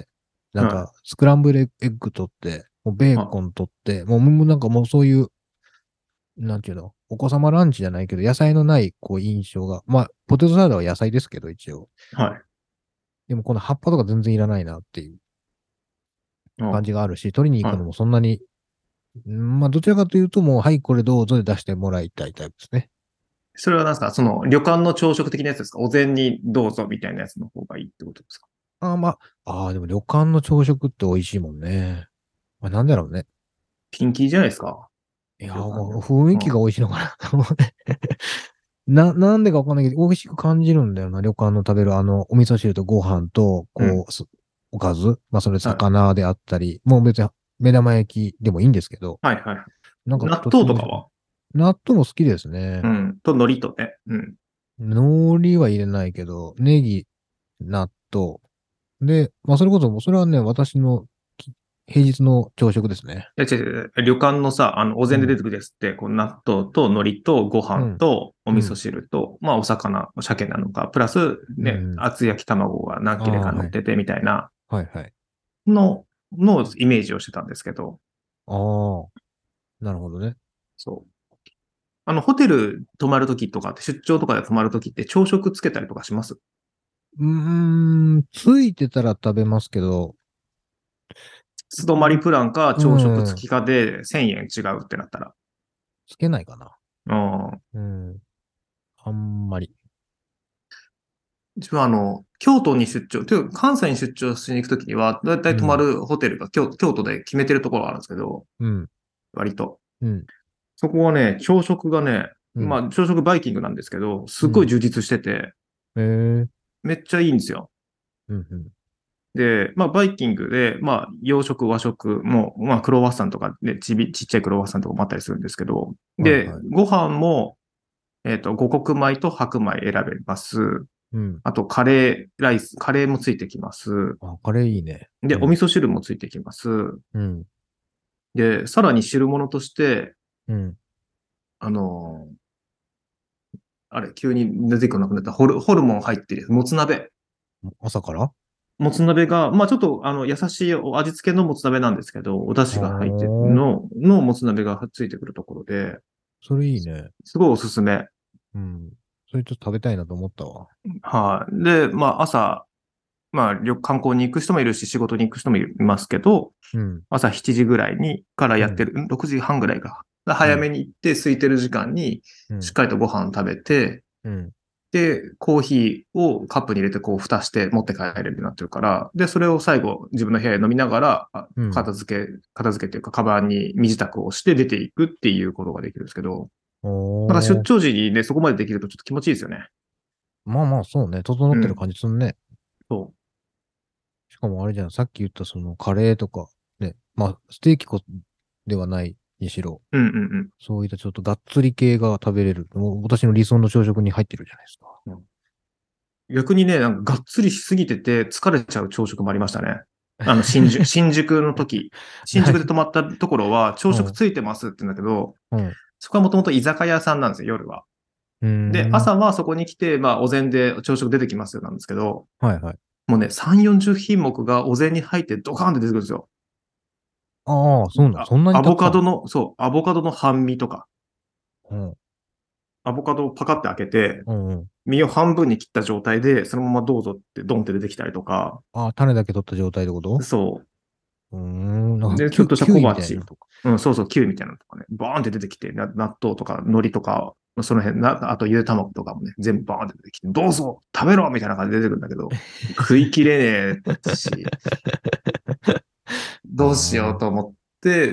なんはい。 かスクランブルエッグ取って、もうベーあ、 コン取って、もうなんかもうそういう、なんていうの、お子様ランチじゃないけど、野菜のないこう印象が、まあ、ポテトサラダは野菜ですけど、一応。 はい。 でもこの葉っぱとか全然いらないなっていうあ、 感じがあるし、取りに行くのはもそんなに、まあ、どちらかというと、もう、はい、これどうぞで出してもらいたいタイプですね。 い。それは何ですか？その旅館の朝食的なやつですか？お膳にどうぞみたいなやつの方がいいってことですか？ まあ、でも旅館の朝食って美味しいもんね。まあ、なんだろうね。 ピンキーじゃないですか。 いや、 旅館で。 雰囲うん。 気が美味しいのかなと思うね。なんでかわかんないけど、美味しく感じるんだよな。旅館の食べるお味噌汁とご飯と、 うん。 おかず。まあ、それはい。 魚であったり、もう別に目玉焼きでもいいんですけど、 はいはい。 なんか納とっても美味しく。 豆とかは？ 納豆も好きですね。 うん。と、海苔とね。うん。 海苔は入れないけど、ネギ、納豆。で、まあ、それこそ、それはね、私の平日の朝食ですね。 いや、違う違う。旅館のさ、おうん、 膳で出てくるやつって、こう納豆と海苔とご飯うん、 とお味噌うん、 汁と、まあお魚、鮭なのか、プラスね、 うん。 厚焼き卵が何切れかああ、はい。 乗っててみたいなはい、はい。 のイメージをしてたんですけど、 ああ、なるほどね。 そう。ホテル泊まるときとかって、出張とかで泊まるときって朝食つけたりとかします？ ついてたら食べますけど、 素泊まりプランかう朝食付ん、 きかで1000円違うってなったら。 つけないかな。 うん。 うん、あんまり。 自分は京都に出張、というか関西に出張しに行くときには、だいたい泊まうん、 るホテルが京都で決めてるところがあるんですけど、 うん、 割と。 うん、 そこはね、朝食がね、 うん、 まあ朝食バイキングなんですけど、すうん。 っごい充実してて、 ええ、 めっちゃいいんですよ。 うん、うん。 で、まあバイキングで、まあ洋食、和食も、まあクロワッサンとかでちっちゃいクロワッサンとかもあったりするんですけど、で、 はいはい。 ご飯も、五穀米と白米選べます。 うん。 あと、カレーライス、カレーもついてきます。 あ、カレーいいね。 で、お味うん、 噌汁もついてきます。 うん、 で、さらに汁物として、 うん。 あの、 あれ、急に出てこなくなったホルモン入ってるもつ鍋。 朝から？ もつ鍋が、まあちょっと優しいお味付けのもつ鍋なんですけど、お出あ汁が入ってー、 のもつ鍋がついてくるところで、 それいいね。 すごいおすすめ。 うん。それちょっと食べたいなと思ったわ。 はい。で、まあ朝、まあ観光に行く人もいるし、仕事に行く人もいますけど、 うん。 朝7時ぐらいにからうん。 やってる、6時半ぐらいか。 うん。 早めに行って、空いてる時間に、 うん。 しっかりとご飯食べて、 うん。 で、コーヒーをカップに入れて、こう、蓋して持って帰れるようになってるから、で、それを最後、自分の部屋で飲みながら、 うん。 片付けっていうか、カバンに身支度をして出ていくっていうことができるんですけど、なんか出おー。 張時にね、そこまでできるとちょっと気持ちいいですよね。 まあまあ、そうね。整ってるうん。 感じすんね。 そしかもあれじゃん。さっき言ったそのカレーとか、ね。まあ、ステーキではないにしろ。 う。うんうんそういったちょっとがっつり系が食べれる。もう私の理想の朝食に入ってるじゃないですか。 うん。逆にね、なんかがっつりしすぎてて疲れちゃう朝食もありましたね。新宿の時。新宿で泊まったところは朝うん。 食ついてますって言うんだけど、 うん。 そこはもともと居酒屋さんなんですよ、夜は。 うーで、 ん。 朝はそこに来て、まあ、お膳で朝食出てきますよなんですけど、 はいはい。 もうね、3、40品目がお膳に入ってドカーンって出てくるんですよ。 ああ、そうなん。そんなにアたくさん。 アボカドの半身とか、 うん。 アボカドをパカって開けて、 うんうん。 身を半分に切った状態で、そのままどうぞってドンって出てきたりとか、 ああ、種だけ取った状態ってこと？ そうーん。なんう。 かで、ちょっとしたキウイみたい小鉢、 なとか。 うん、そうそう、キュウみたいなのとかね、バーンって出てきて、納豆とか海苔とか、その辺あとゆで卵とかもね、全部バーンって出てきて、どうぞ食べろみたいな感じで出てくるんだけど、食い切れねえし、どうしようああ。 と思って、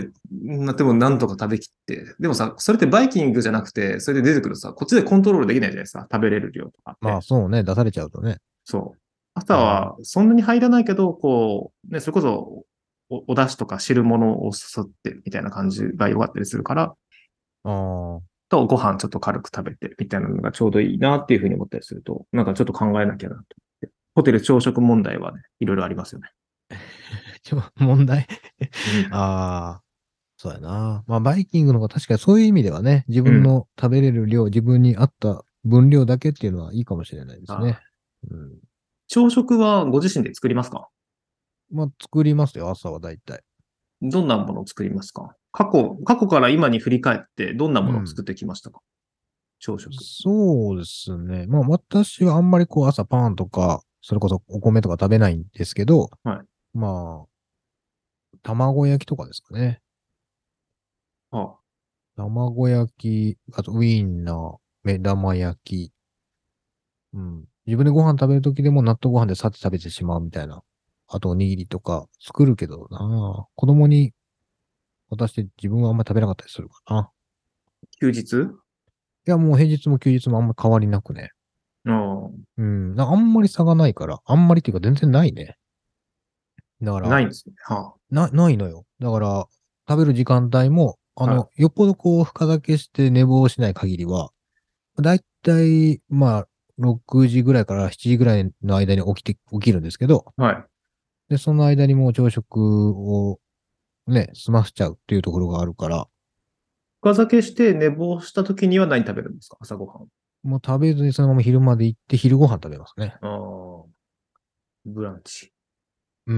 でもなんとか食べきって。でもさ、それってバイキングじゃなくて、それで出てくるさ、こっちでコントロールできないじゃないですか。食べれる量とかっまあて。 そうね。出されちゃうとね。 そう。朝うん。 はそんなに入らないけど、こう、ね、それこそお出汁とか汁物をすすってみたいな感じが良かったりするから、 ああ。 とご飯ちょっと軽く食べてみたいなのがちょうどいいなっていうふうに思ったりすると、なんかちょっと考えなきゃなと思って。ホテル朝食問題はね、いろいろありますよね。 問題。 うん。 ああ。そうやな。まあバイキングの方が確かにそういう意味ではね、自うん。 分の食べれる量、自分に合った分量だけっていうのはいいかもしれないですね。 あ、 うん。 朝食はご自身で作りますか？ まあ作りますよ、朝はだいたい。 どんなものを作りますか？過去から今に振り返ってどんなうん。 ものを作ってきましたか？朝食。 そうですね。まあ私はあんまりこう朝パンとか、それこそお米とか食べないんですけど、 はい。 まあ、卵焼きとかですかね。 あ、 卵焼き、あとウインナー、目玉焼き。うん。自分でご飯食べるときでも納豆ご飯でさって食べてしまうみたいな。あとおにぎりとか作るけどな。子供に渡して自分はあんまり食べなかったりするかな。 休日。 いやもう平日も休日もあんまり変わりなくね。 ああ、 うん。あんまり差がないから。あんまりっていうか全然ないね。だから、 ないんですね。はないのよ。だから、食べる時間帯も、 あ、はよっぽどこう、深酒して寝坊しない限りは、だいたい、まあ、6時ぐらいから7時ぐらいの間に起きるんですけど、 い。はい。 で、その間にもう朝食をね、済ませちゃうっていうところがあるから、 深酒して寝坊した時には何食べるんですか？朝ごはん。 もう食べずにそのまま昼まで行って昼ご飯食べますね。 ああ、ブランチ。 うん、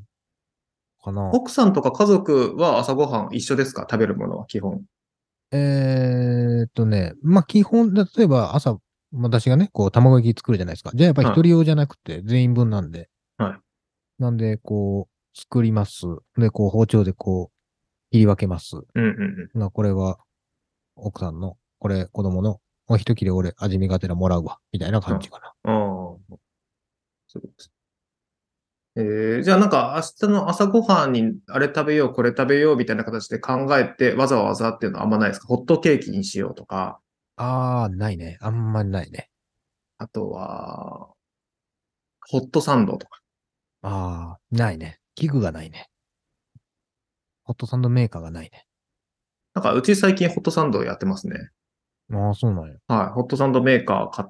かな。 奥さんとか家族は朝ごはん一緒ですか？食べるものは基本。 まあ、基本、例えば朝、私がね、こう、卵焼き作るじゃないですか。じゃあやっぱり一は人用じゃなくて全員分なんで。 い。はい。 なんで、こう、作ります。で、こう、包丁でこう、切り分けます。 うんうんこれは奥さんの、これ子供の、もう一切れ俺味見がてらもらうわ。みたいなうん。あ感じかな。 あ、そうです。じゃあなんか明日の朝ごはんにあれ食べよう、これ食べようみたいな形で考えてわざわざっていうのはあんまないですか？ホットケーキにしようとか、 あー、ないね。あんまりないね。 あとは、ホットサンドとか。 あー、ないね。器具がないね。ホットサンドメーカーがないね。 なんかうち最近ホットサンドやってますね。 ああ、そうなんや。 はい。ホットサンドメーカー買って、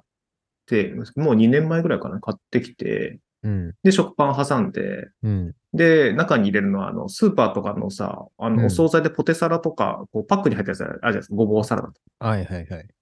もう2年前ぐらいかな、買ってきて、 うん、 で、食パン挟んで、 うん、 で、中に入れるのは、スーパーとかのさ、おうん。 惣菜でポテサラとか、こう、パックに入ったやつあるじゃないですか。ごぼうサラダとか。 はいはいはい。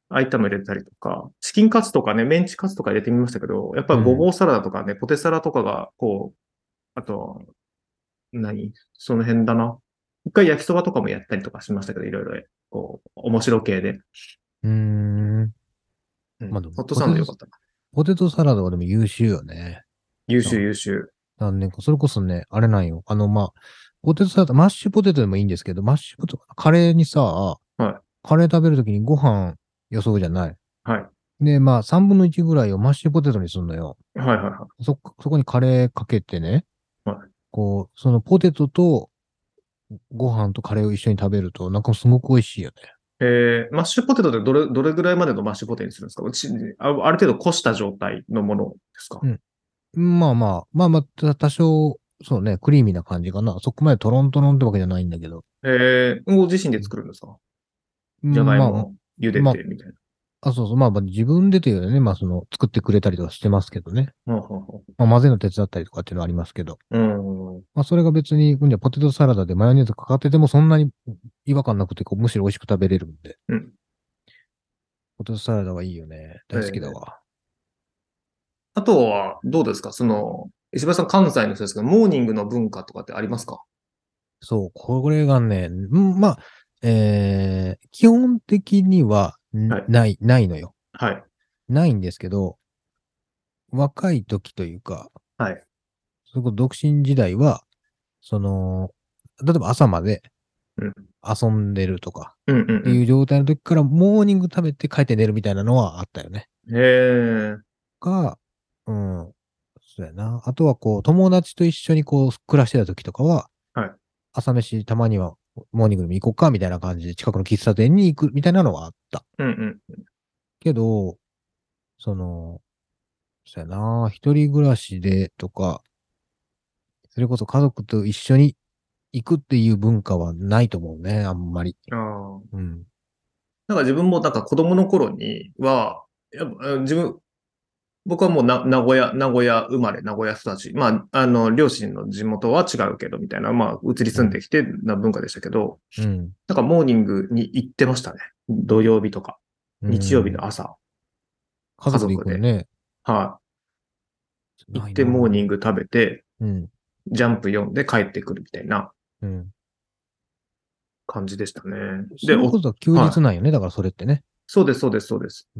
ああいったの入れたりとか、チキンカツとかね、メンチカツとか入れてみましたけど、やっぱりごうん。 ぼうサラダとかね、ポテサラとかが、あと、その辺だな。一回焼きそばとかもやったりとかしましたけど、いろいろ、面白系で。 うーん。 うん。 まあでも、 ホットサンドよかったな。 ポテトサラダはでも優秀よね。 優秀あ、 優秀。 なんね、それこそね、あれなんよ。まあ、ポテトサラダ、マッシュポテトでもいいんですけど、マッシュポテト、カレーにさ、 はカレー食べるときにご飯よそうじゃない。 い。はい。 で、まあ、3分の1ぐらいをマッシュポテトにするのよ。 はいはいはそこにカレーかけてね、 い。はい。 こう、そのポテトとご飯とカレーを一緒に食べると、なんかすごく美味しいよね。 マッシュポテトでどれぐらいまでのマッシュポテトにするんですか？ある程度こした状態のものですか？ うん。多少、そうね、クリーミーな感じかな。そこまでトロントロンってわけじゃないんだけど。 ご自身で作るんですか？じゃがうん、 いもを茹でまてみたいな。 そうそう、自分でというよりね、作ってくれたりとかしてますけどね。 ほうほうほ混ぜるの手伝ったりとかっていうのはありますけど。 う。うん。 それが別に、じゃポテトサラダでマヨネーズかかっててもそんなに違和感なくて、むしろ美味しく食べれるんで。 うん。 ポテトサラダはいいよね。大好きだえーわ。 あとは、どうですか石橋さん関西の人ですけど、モーニングの文化とかってありますか？ そう、これがね、基本的にははい。 ないのよ。 はい。 ないんですけど、若い時というか、 はい。 それこそ独身時代は、その、例えば朝までうん。 遊んでるとかうんうんっていう状態の時からモーニング食べて帰って寝るみたいなのはあったよね。 うん。へえ。 か、うん、そうやな。あとは友達と一緒に暮らしてた時とかは、 はい。 朝飯たまにはモーニングでも行こうかみたいな感じで近くの喫茶店に行くみたいなのはあった。 うんけど、その、そうやな。一人暮らしでとか、それこそ家族と一緒に行くっていう文化はないと思うね、あんまり。 うん。ああ。 うん。 なんか自分もなんか子供の頃には、やっぱ僕はもう名古屋生まれ、名古屋育ち。両親の地元は違うけど、みたいな、移りうん。 住んできてな文化でしたけど、 うん。 なんかモーニングに行ってましたね。土曜日とか、 う日曜日ん。 の朝、 家族で行家族で、 くのね。 行っないてモーニな。 ング食べて、 うん。 ジャンプ読んで帰ってくるみたいなうん。 感じでしたね。で、 それこそ休はい。 日なんよね。だからそれってね。 そうです、そうです、そうです。 うん。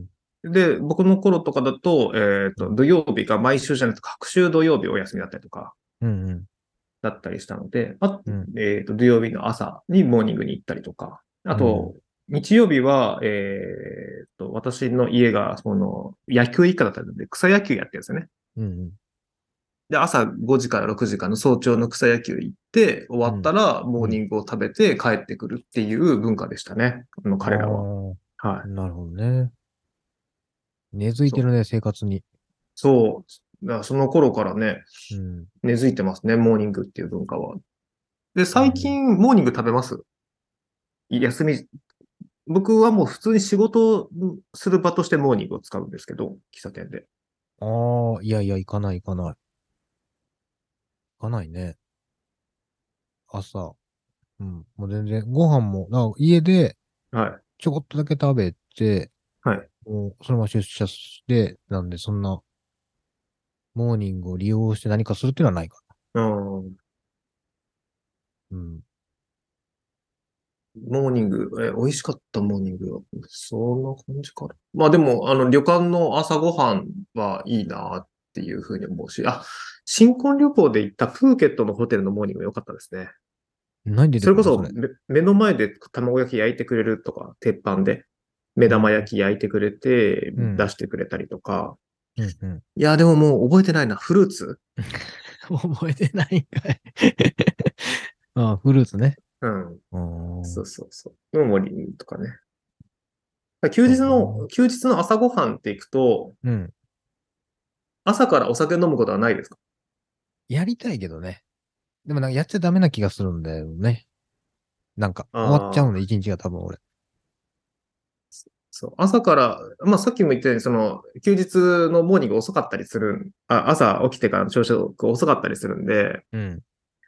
で、僕の頃とかだと、 うん。 土曜日が毎週じゃなくて、各週土曜日お休みだったりとか、 うん。 だったりしたので、 うん。 土曜日の朝にモーニングに行ったりとか、あうん。 と、日曜日は、私の家が、野球一家だったので、草野球やってるんですよね。 うん。 で、朝5時から6時間の早朝の草野球行って、終わっうん。 たら、モうん。 ーニングを食べて帰ってくるっていう文化でしたね。 あ彼らは。はあ、 い。 なるほどね。根付いそう。 てるね、生活に。 そう。だからその頃からね、 うん。 根付いてますね、モーニングっていう文化は。で、最うん。 近、モーニング食べます？休み、僕はもう普通に仕事する場としてモーニングを使うんですけど、喫茶店で。 ああ、いやいや、行かない行かない。行かないね。朝。うん。もう全然、ご飯も、家ではい。 ちょこっとだけ食べて、 はい。 もうそのまま出社して、なんで、そんな、モーニングを利用して何かするっていうのはないかうん。 な。うん。 モーニング、美味しかったモーニングは。そんな感じかな。まあでも、旅館の朝ごはんはいいなっていうふうに思うし、新婚旅行で行ったプーケットのホテルのモーニングが良かったですね。 何出てそれこそくるのそれ？ 目の前で卵焼き焼いてくれるとか、鉄板で目うん。 玉焼き焼いてくれてうん。 出してくれたりとか。 うん。うん。 いや、でももう覚えてないな。フルーツ。 覚えてないんかい。ああ、フルーツね。 うん。 うーん。 そうそうそう。の森とかね。 そうね。 休日の朝ごはんって行くと、 うん。 朝からお酒飲むことはないですか？ やりたいけどね。でもやっちゃダメな気がするんだよね。終わっちゃうんだ、 ああ、 一日が多分俺。 そう。朝から、さっきも言ったように、休日のモーニング遅かったりする朝起きてからの朝食遅かったりするんで、 うん。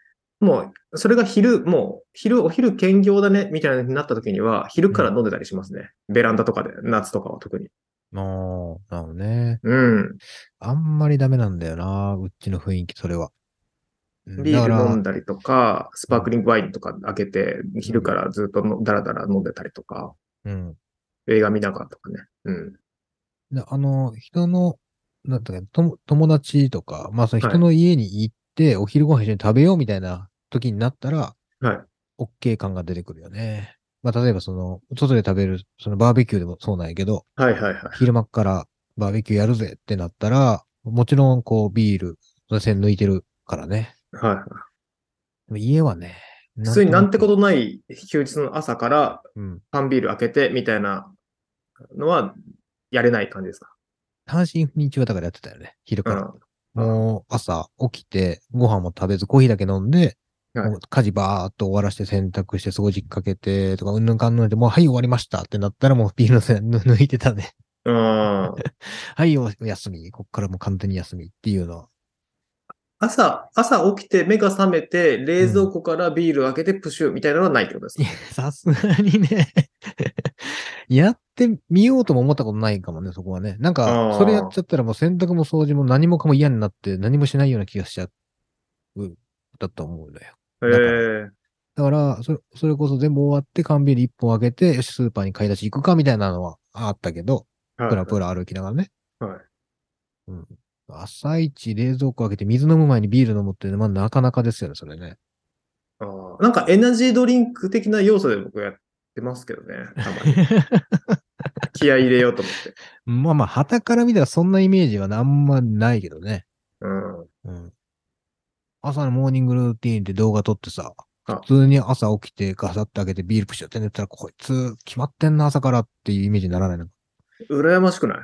もう、それがお昼兼業だね、みたいになった時には、昼から飲んでたりしますね。ベランダとかで、夏とかは特に。 ああ、なるほどね。 うん。 あんまりダメなんだよな、うちの雰囲気、それは。だビール飲から、 んだりとか、スうん、 パークリングワインとか開けて、昼かうん、 らずっとダラダラ飲んでたりとか、 うん。 映画見ながらとかね。うん。 人の、なんだっけ、友達とか、まあ、そのはい。 人の家に行って、お昼ご飯一緒に食べようみたいな時になったら、 はい。 OK 感が出てくるよね。まあ、例えば外で食べる、そのバーベキューでもそうなんやけど、 はいはいはい。 昼間っからバーベキューやるぜってなったら、もちろん、ビール、その線抜いてるからね。 はい。 でも家はね、 普なん通になんてことなく、 とない休日の朝からうん。 缶ビール開けてみたいなのはやれない感じですか？ 単身赴任中はだからやってたよね。昼から。 うん。あ、 もう朝起きて、ご飯も食べずコーヒーだけ飲んで、 はい。 もう家事バーっと終わらして洗濯して掃除かけてとか、うんぬんかんぬんで、もうはい終わりましたってなったらもうビールの線抜いてたね。 あはいお休み。こっからもう完全に休みっていうのは。 朝起きて目が覚めて冷蔵うん。 庫からビール開けてプシュみたいなのはないってことですいや、 か？ さすがにねやってみようとも思ったことないかもね、そこはね。なんか、それやっああちゃったらもう洗濯も掃除も何もかも嫌になって何もしないような気がしちゃう、だと思うんだよ。 ー、 だから。 へえ、 だから、それこそ全部終わって缶ビール一本開けて、よし、スーパーに買い出し行くかみたいなのはあったけど、 はいはいプラプラ歩きながらね。 はい。 うん。朝一冷蔵庫開けて水飲む前にビール飲むって、まあなかなかですよね、それね。 なんかエナジードリンク的な要素で僕やってますけどね、たまに。気合い入れようと思って。 まあまあ、旗から見たらそんなイメージはあんまないけどね。 うん。 うん。朝のモーニングルーティーンって動画撮ってさ、普あ、 通に朝起きてガサッて開けてビールプシュって寝たら、こいつ決まってんな朝からっていうイメージにならないの。 羨ましくない？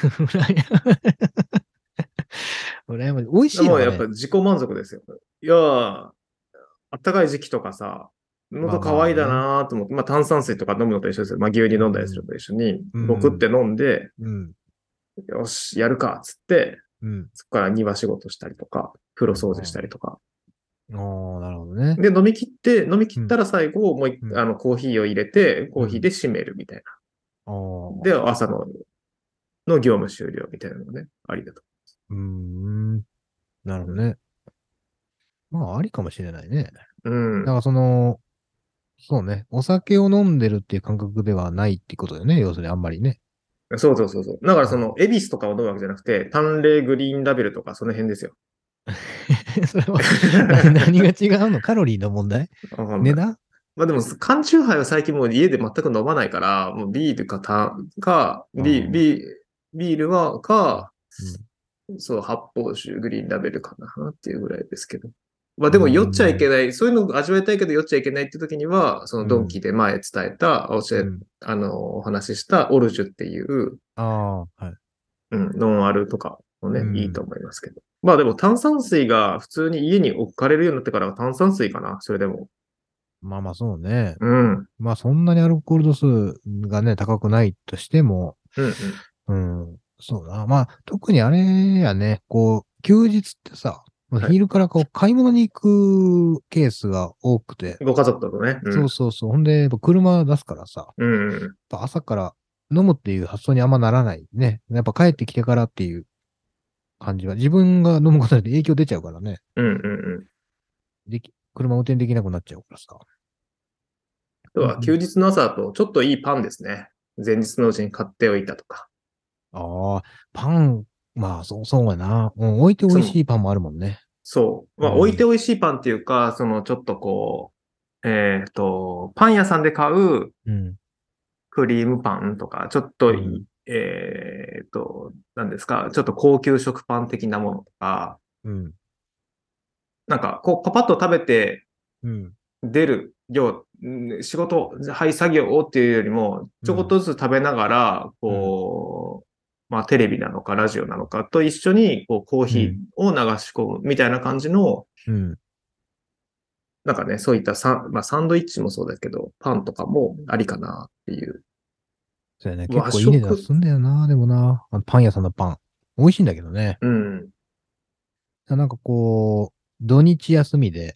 羨ましい。美味しいもうやっぱのがね、 自己満足ですよ。いやー、あったかい時期とかさ、 まあ喉乾いだまあね。 なーと思って、まあ炭酸水とか飲むのと一緒ですよ。まあ牛乳飲んだりするのうん。 と一緒に、 うん。 ごくって飲んで、 うん。 よし、やるか、っつって、 うん。 そこから庭仕事したりとか、風呂掃除したありとか。 あー、なるほどね。 で、飲み切うん。 ったら最後、もううん。 コーヒーを入れて、コーヒーうん。 で締めるみたいあな。で、 あ。 朝の業務終了みたいなのがね、ありだと。 うーん。なるほどね。まあ、ありかもしれないね。 うん。 だからそうね。お酒を飲んでるっていう感覚ではないってことだよね。要するにあんまりね。 そうそうそうそう。だからうん。 エビスとかを飲むわけじゃなくて、淡麗グリーンラベルとか、その辺ですよ。 それは何が違うの？カロリーの問題？ わかんない。 値段？ まあでも、缶チューハイは最近もう家で全く飲まないから、もうビールかああ。 ビールか、 うん。 そう、発泡酒、グリーンラベルかなっていうぐらいですけど。まあうーでも酔っちゃいけん。 ない、そういうの味わいたいけど酔っちゃいけないって時には、そのドンうん。 キで前伝えた、 うん。 お話ししたオルジュっていう、 ああ、はい。 うん、ノンアルとかもね、いいとうん。 思いますけど。まあでも炭酸水が普通に家に置かれるようになってからは炭酸水かな、それでも。 まあまあ、そうね。 うん、うん、 まあ、そんなにアルコール度数がね、高くないとしても、 うん。 うん、そうだな。まあ、特にあれやね、休日ってさ、 はい。 昼から買い物に行くケースが多くて、 ご家族だとね。うん、 そうそうそう。ほんで、やっぱ車出すからさ、やっうん、うん、 ぱ朝から飲むっていう発想にあんまならないね。やっぱ帰ってきてからっていう感じは、自分が飲むことで影響出ちゃうからね。 うん、うん。 車運転できなくなっちゃうからさ。 あとは休日の朝だとちょっといいパンですね。前日のうちに買っておいたとか。 ああ、パン、まあ、そうやな。うん、置いて美味しいパンもあるもんね。 そう。まあ、置いてうん。 美味しいパンっていうか、ちょっとパン屋さんで買ううん。 クリームパンとか、ちょっとうん。 何ですか、ちょっと高級食パン的なものとか、 うん。 なんか、パパッと食べてうん。 出る量、仕事、はい、作業をっていうよりも、ちょこっうん。 とずつ食べながら、 うん。 まあ、テレビなのか、ラジオなのかと一緒に、コーヒーうん。 を流し込むみたいな感じの、 うん。 なんかね、そういったまあ、サンドイッチもそうだけど、パンとかもありかなっていう。 そうやね。結和構いい値段食、 すんだよな。でもな。パン屋さんのパン。美味しいんだけどね。 うん。 なんか土日休みで、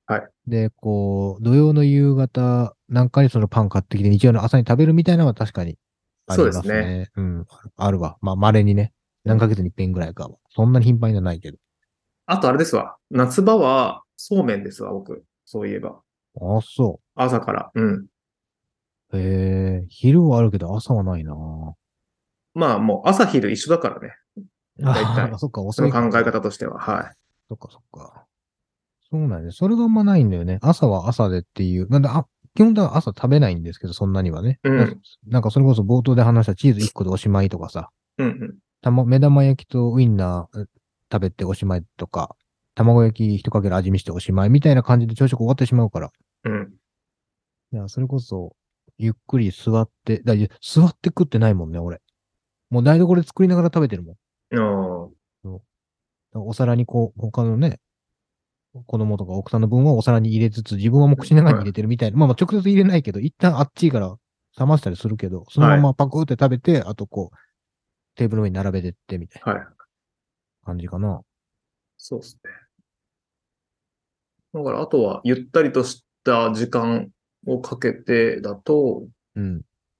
はい。 で、こう、土曜の夕方なんかにそのパン買ってきて、日曜の朝に食べるみたいなのは確かにあそうりですね。 ますね。うん。あるわ。まあ、稀にね。 うん。 何ヶ月に一遍ぐらいかは。そんなに頻繁じゃないけど。 あとあれですわ。夏場はそうめんですわ、僕。そういえば。 ああ、そ朝から。うん。 う。へえ、昼はあるけど朝はないな。 まあもう朝昼一緒だからね。だいたああ、 い。 そっか、 その考遅いか、じゃあ。 え方としては。はい。 そっか、そっか。そうなんです。それがあんまないんだよね。朝は朝でっていう。なんで、基本的には朝食べないんですけど、そんなにはね。 うん。 なんかそれこそ冒頭で話したチーズ1個でおしまいとかさ、 うん。うん。 目玉焼きとウインナー食べておしまいとか、卵焼き一かけら味見しておしまいみたいな感じで朝食終わってしまうから。 うん。 いや、それこそ、ゆっくり座って、座って食ってないもんね、俺。もう台所で作りながら食べてるもん。 ああ、 そうお皿にこう、他のね、子供とか奥さんの分はお皿に入れつつ、自分はもう口の中に入れはてるみたいな。まあまあ直接入れないけど、一旦あっちいから冷ましたりするけど、そい。 のまはい。 まパクって食べて、あとこう、テーブルの上に並べてってみたいはい。 な感じかな。 そうですね。だから、あとは、ゆったりとした時間をかけてだと、 うん。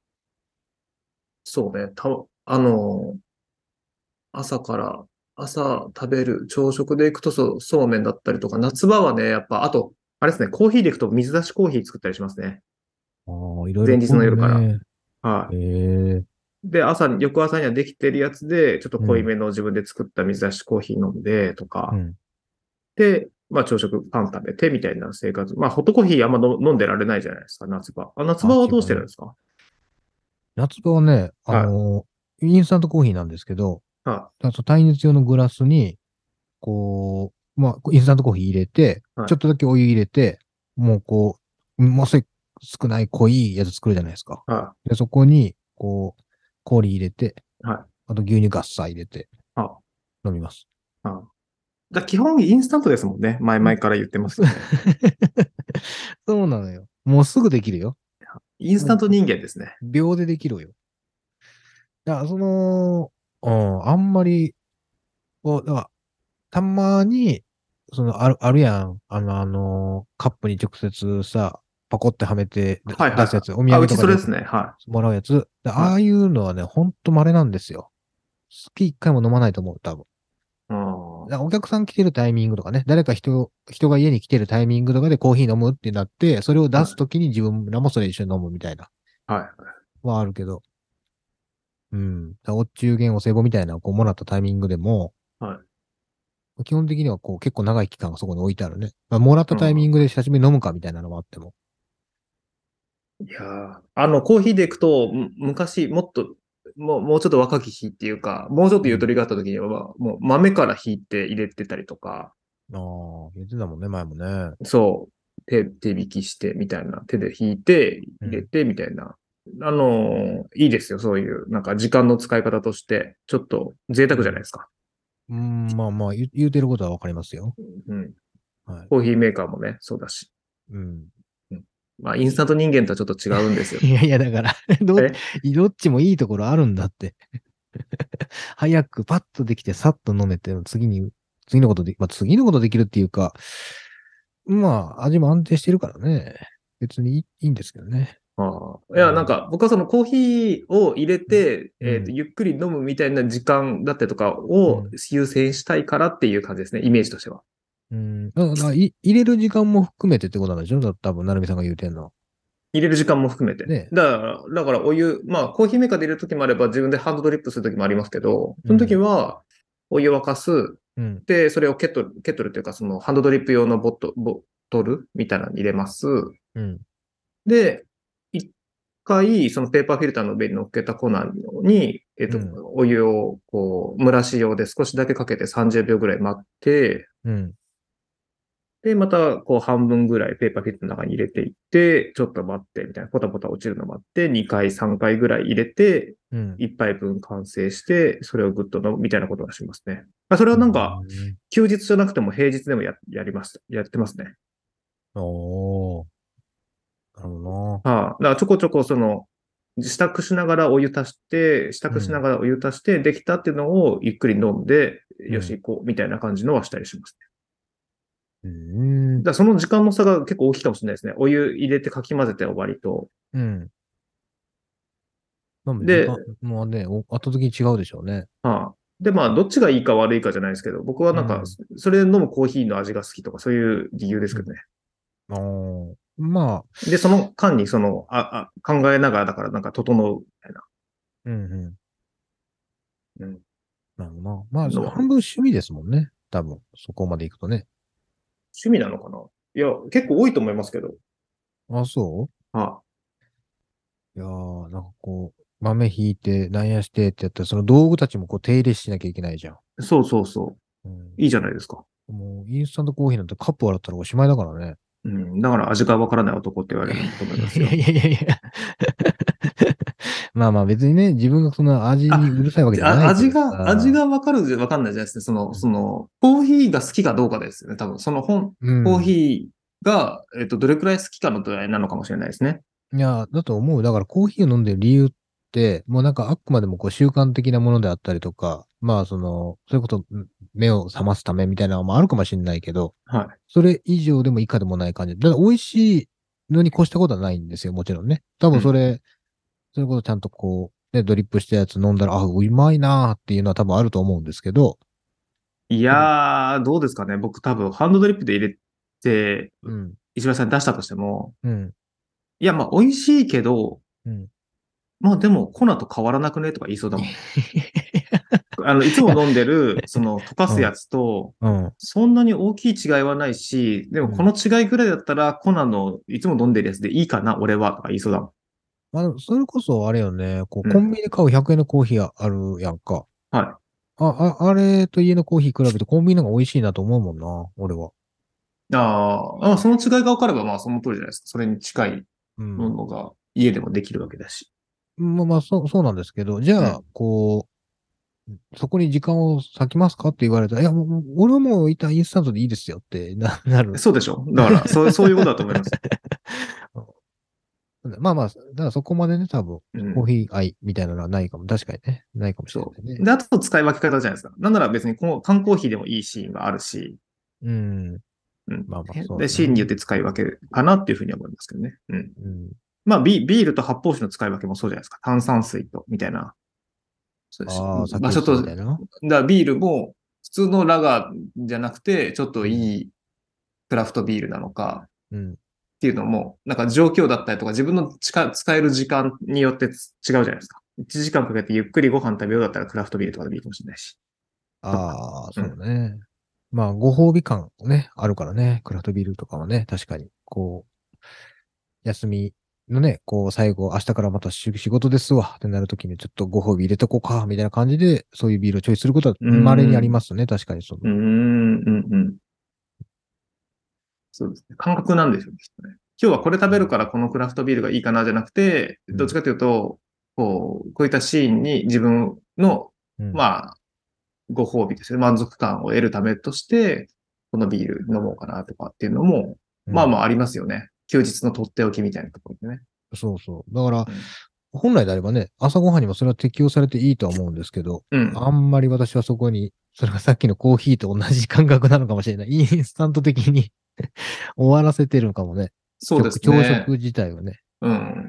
そうね、朝から、朝食べる朝食でいくとそうめんだったりとか、夏場はね、やっぱ、あと、あれですね、コーヒーでいくと水出しコーヒー作ったりしますね。 ああ、いろいろ前日凝るの夜から。 ね。 はへえ。 い。で、翌朝にはできてるやつで、ちょっとうん。 濃いめの自分で作った水出しコーヒー飲んでとか、 うん。 で、まあ朝食パン食べてみたいな生活。まあホットコーヒーあんま飲んでられないじゃないですか、夏場。夏あ、 場はどうし違うね。 てるんですか？ 夏場はね、 はインスタントコーヒーなんですけど、 い。はあと耐熱用のグラスに、こまあ、インスタントコーヒー入れて、 い。はい。 ちょっとだけお湯入れて、もうこもう少ない濃いやつ作るじゃないですか。 はで、そこに、氷入れて、 い。はい。 あと牛乳ガッサー入れてあ、 飲みます。 あ。基本インスタントですもんね。前々から言ってますけどね。 そうなのよ。もうすぐできるよ。 インスもうタント人間ですね。 秒でできるよ。あんまり、だからたまに、あるやん。カップに直接さ、パコってはめてはいはいはい。 出すやつ。お土あ、う産とかでよくちそれですね。はもらうやつ。 い。 ああはい。 いうのはね、ほんと稀なんですよ。月一回も飲まないと思う、多分。 あー、 お客さん来てるタイミングとかね、誰か人が家に来てるタイミングとかでコーヒー飲むってなって、それを出すはときに自分らもそれ一緒に飲むみたいな、 い。はい。 はあるけど、うん。お中元お歳暮みたいなこうもらったタイミングでも、 はい。 基本的にはこう結構長い期間がそこに置いてあるね。まあ、もらったタイミンうん。 グで久しぶりに飲むかみたいなのもあっても。 いやコーヒーでいくと、昔、もうちょっと若き日っていうか、もうちょっとうん。 ゆとりがあった時には、もう豆からひいて入れてたりとか、 ああ、言ってたもんね、前もね。 そう、手引きしてみたいな、手で引いてうん。 入れてみたいな。いいですよ、そういう、なんか時間の使い方として、ちょっと贅沢じゃないうん。 ですか。 うん、まあまあ、言うてることはわかりますよ。 うん。 はい。 コーヒーメーカーもね、そうだし。 うん。 うん。まあ、インスタント人間とはちょっと違うんですよ。 いやいや、だからえどっちもいいところあるんだって。早くパッとできて、さっと飲めて、次のことできるっていうか、まあ、味も安定してるからね。別にいいんですけどね。 いや、なんうん。 か、僕はそのコーヒーを入れて、 うん。 ゆっくり飲むみたいな時間だったりとかをうん。 優先したいからっていう感じですね、イメージとしては。 うん。入れる時間も含めてってことなんでしょ多分、なるみさんが言うてんのは。 入れる時間も含めて。 ね。 だからお湯、まあ、コーヒーメーカーで入れるときもあれば、自分でハンドドリップするときもありますけど、その時うん。 は、お湯を沸かす。 うん。 で、それをケトルっていうか、そのハンドドリップ用のボトルみたいなのに入れます。 うん。 で、一回、そのペーパーフィルターの上に乗っけた粉に、 うん。 お湯を、こう、蒸らし用で少しだけかけて30秒ぐらい待って、 うん。 で、また、こう、半分ぐらいペーパーフィルターの中に入れていって、ちょっと待って、みたいな、ポタポタ落ちるの待って、2回、3回ぐらい入れて、 うん。 1杯分完成して、それをぐっと飲むみたいなことがしますね。それはうなんか、 ん。 休日じゃなくても平日でもやってますね。 おー。なるほどだからちょこちょこ支度しながらお湯足して、支な。うん。 度しながらお湯足して、できたっていうのをゆっくり飲んで、 うん。 よし行こう、みたいな感じのはしたりしますだからその時間の差が結構大きいかもしれないですね。お湯入れてかき混ぜて終わりと。 うん。まあ、時で、 間もね、後時違うでしょうね。 で、まあ、どっちがいいか悪いかじゃないですけど、僕はなんか、 うん。 それで飲むコーヒーの味が好きとか、そういう理由ですうん。 けどね。 まあ、 で、その間に、考えながらだからなんか整うみたいな。 うんうん。 うん。 まあ、 のは、 半分趣味ですもんね。多分、そこまで行くとね。 趣味なのかな。いや、結構多いと思いますけど。 あ、そあ、 ういやー、なんかこう、豆ひいて、なんやしてってやったら、その道具たちもこう手入れしなきゃいけないじゃん。 そうそうそう。 うん。 いいじゃないですか。 もう、インスタントコーヒーなんてカップ洗ったらおしまいだからね。 うん。だから味がわからない男って言われると思いますよ。 いやいやいやいや。まあまあ別にね、自分がその味にうるさいわけじゃないけど味さ。 がわかるわかんないじゃないですね。コーヒーが好きかどうかですよね。多分、コーうん。 ヒーが、どれくらい好きかの度合いなのかもしれないですね。 いや、だと思う。だからコーヒーを飲んでる理由って、もうなんかあくまでもこう習慣的なものであったりとか、まあその、そういうこと、目を覚ますためみたいなのもあるかもしれないけど、 はい。 それ以上でも以下でもない感じ。だから美味しいのに越したことはないんですよ、もちろんね。多うん。 分そういうことちゃんとこう、ね、ドリップしたやつ飲んだら、あ、うまいなーっていうのは多分あると思うんですけど、 いけど、 やー、どうですかね。僕多分、ハンドドリップで入れて、 うん、 石橋さんに出したとしても、 うん、 いや、まあ、美味しいけど、 うん。 まあでも、粉と変わらなくねとか言いそうだもん。いついや、 も飲んでる、溶かうん、 すやつと、 うん、 そんなに大きい違いはないし、でもこうん。 の違いぐらいだったら、粉のいつも飲んでるやつでいいかな、俺は、とか言いそうだもん。 まあ、それこそあれよね、こう、 うん。 コンビニで買う100円のコーヒーあるやんか。 はあれと家のコーヒー比べてコンビニの方が美味しいなと思うもんな、俺は。 い。その違いが分かれば、まあその通りじゃないですか。それに近いうん。 ものが家でもできるわけだし。 まあ、そうなんですけど、じゃあ、 うん。 こそこに時間を割きますかって言われたら、いや、もう俺はもう一旦インスタントでいいですよってなる。 そうでしょ。だから、そういうことだと思います。 まあまあ、だからそこまでね、多分、コーうん。 ヒー愛みたいなのはないかも、確かにね、ないかもしれそう。 ないね。 で、あと使い分け方じゃないですか。なんなら別にこの缶コーヒーでもいいシーンがあるし、 うん。 うん。 まあまあ、そうで、 だな。 シーンによって使い分けるかなっていうふうに思いますけどね。うん。 うん。 まあ、ビールと発泡酒の使い分けもそうじゃないですか。炭酸水と、みたいな。そうです。 ああ、さっき言ってた場所と、 みたいな。 ビールも普通のラガーじゃなくて、ちょっとうん。 いいクラフトビールなのかうん。 っていうのも、なんか状況だったりとか、自分の使える時間によって違うじゃないですか。1時間かけてゆっくりご飯食べようだったらクラフトビールとかでもいいかもしれないし。とか。 ああ、 うん。 そうね。まあ、ご褒美感ね、あるからね。クラフトビールとかはね、確かに。こう、休みのね、こう、最後、明日からまた仕事ですわってなるときに、ちょっとご褒美入れとこうか、みたいな感じで、そういうビールをチョイスすることはうー稀にありん。 ますね。確かにその。 うーん。うん。うん。そうですね。感覚なんでしょうね、きっとね。今日はこれ食べるからこのクラフトビールがいいかなじゃなくて、 うん。 どっちかというと、こういったシーンに自分の、 うん。 まあ、ご褒美ですね。満足感を得るためとして、このビール飲もうかなとかっていうのも、 うん。 まあまあありますよね。休日のとっておきみたいなところでね。 そうそう。だから、 うん。 本来であればね、朝ごはんにもそれは適用されていいとは思うんですけど、 うん。 あんまり私はそこに、それがさっきのコーヒーと同じ感覚なのかもしれない。インスタント的に終わらせてるのかもね。 そうですね。 朝食自体をね。 うん。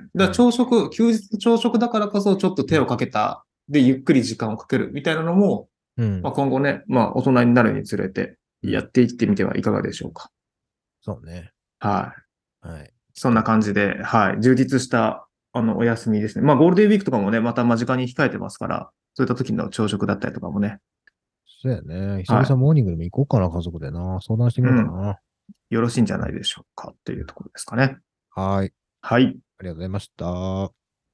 だからうん。 休日朝食だからこそちょっと手をかけた、で、ゆっくり時間をかけるみたいなのも、 うん。 まあ、今後ね、まあ、大人になるにつれて、 うん。 やっていってみてはいかがでしょうか。 そうね。 はい。 はい。 そんな感じで、はい。充実した、お休みですね。まあ、ゴールデンウィークとかもね、また間近に控えてますから、そういった時の朝食だったりとかもね、 そうやね。久はい。 々モーニングでも行こうかな、家族でな。相談してみうん。 ようかな。 よろしいんじゃないでしょうか、というところですかね。 はい。 はい。 ありがとうございました。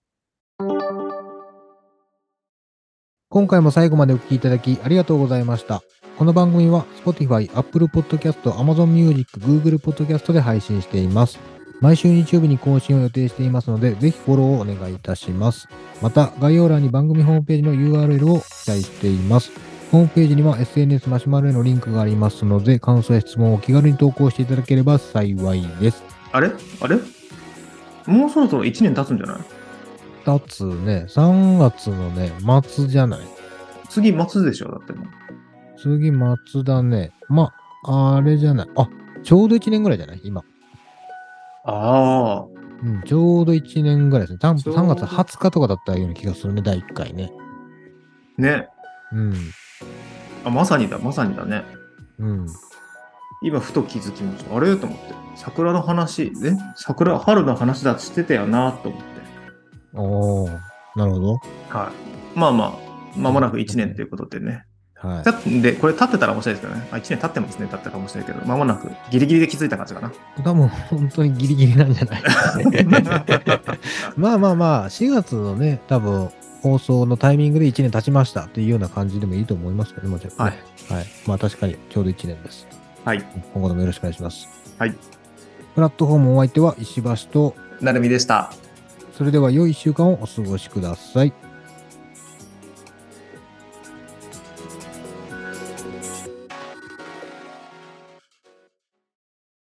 今回も最後までお聞きいただきありがとうございました。この番組は Spotify、Apple Podcast、Amazon Music、Google Podcast で配信しています。毎週日曜日に更新を予定していますので、ぜひフォローをお願いいたします。また、概要欄に番組ホームページの URL を記載しています。ホームページには SNS マシュマロへのリンクがありますので、感想や質問を気軽に投稿していただければ幸いです。 あれあれもうそろそろ1年経つんじゃない？ 2つね、3月のね、末じゃない。 次、待つでしょだってもう。 次、末だね。あれじゃない。あ、 ちょうど1年ぐらいじゃない今。 ああ。 うん、ちょうど1年ぐらいですね。3月20日とかだったような気がするね、第1回ね。 ね。 うん。 まさにだね。 うん。 今、ふと気づきました。あれと思って。桜の話、春の話だとしてたよな、と思って。 おー、なるほど。 はい。まあまあ、間もなく1年ということでね。 はい。 で、これ経ってたら面白いですけどね。1年経ってますね。経ったかもしれないけど、間もなくギリギリで気づいた感じかな。 多分、本当にギリギリなんじゃないまあまあまあ、4月のね、多分、放送のタイミングで1年経ちましたっていうような感じでもいいと思いますけどね、もちろん、ね。はい。はい。まあ確かに、ちょうど1年です。 はい。 今後ともよろしくお願いします。 はい。 プラットフォームお相手は石橋と、 なるみでした。 それでは良い1週間をお過ごしください。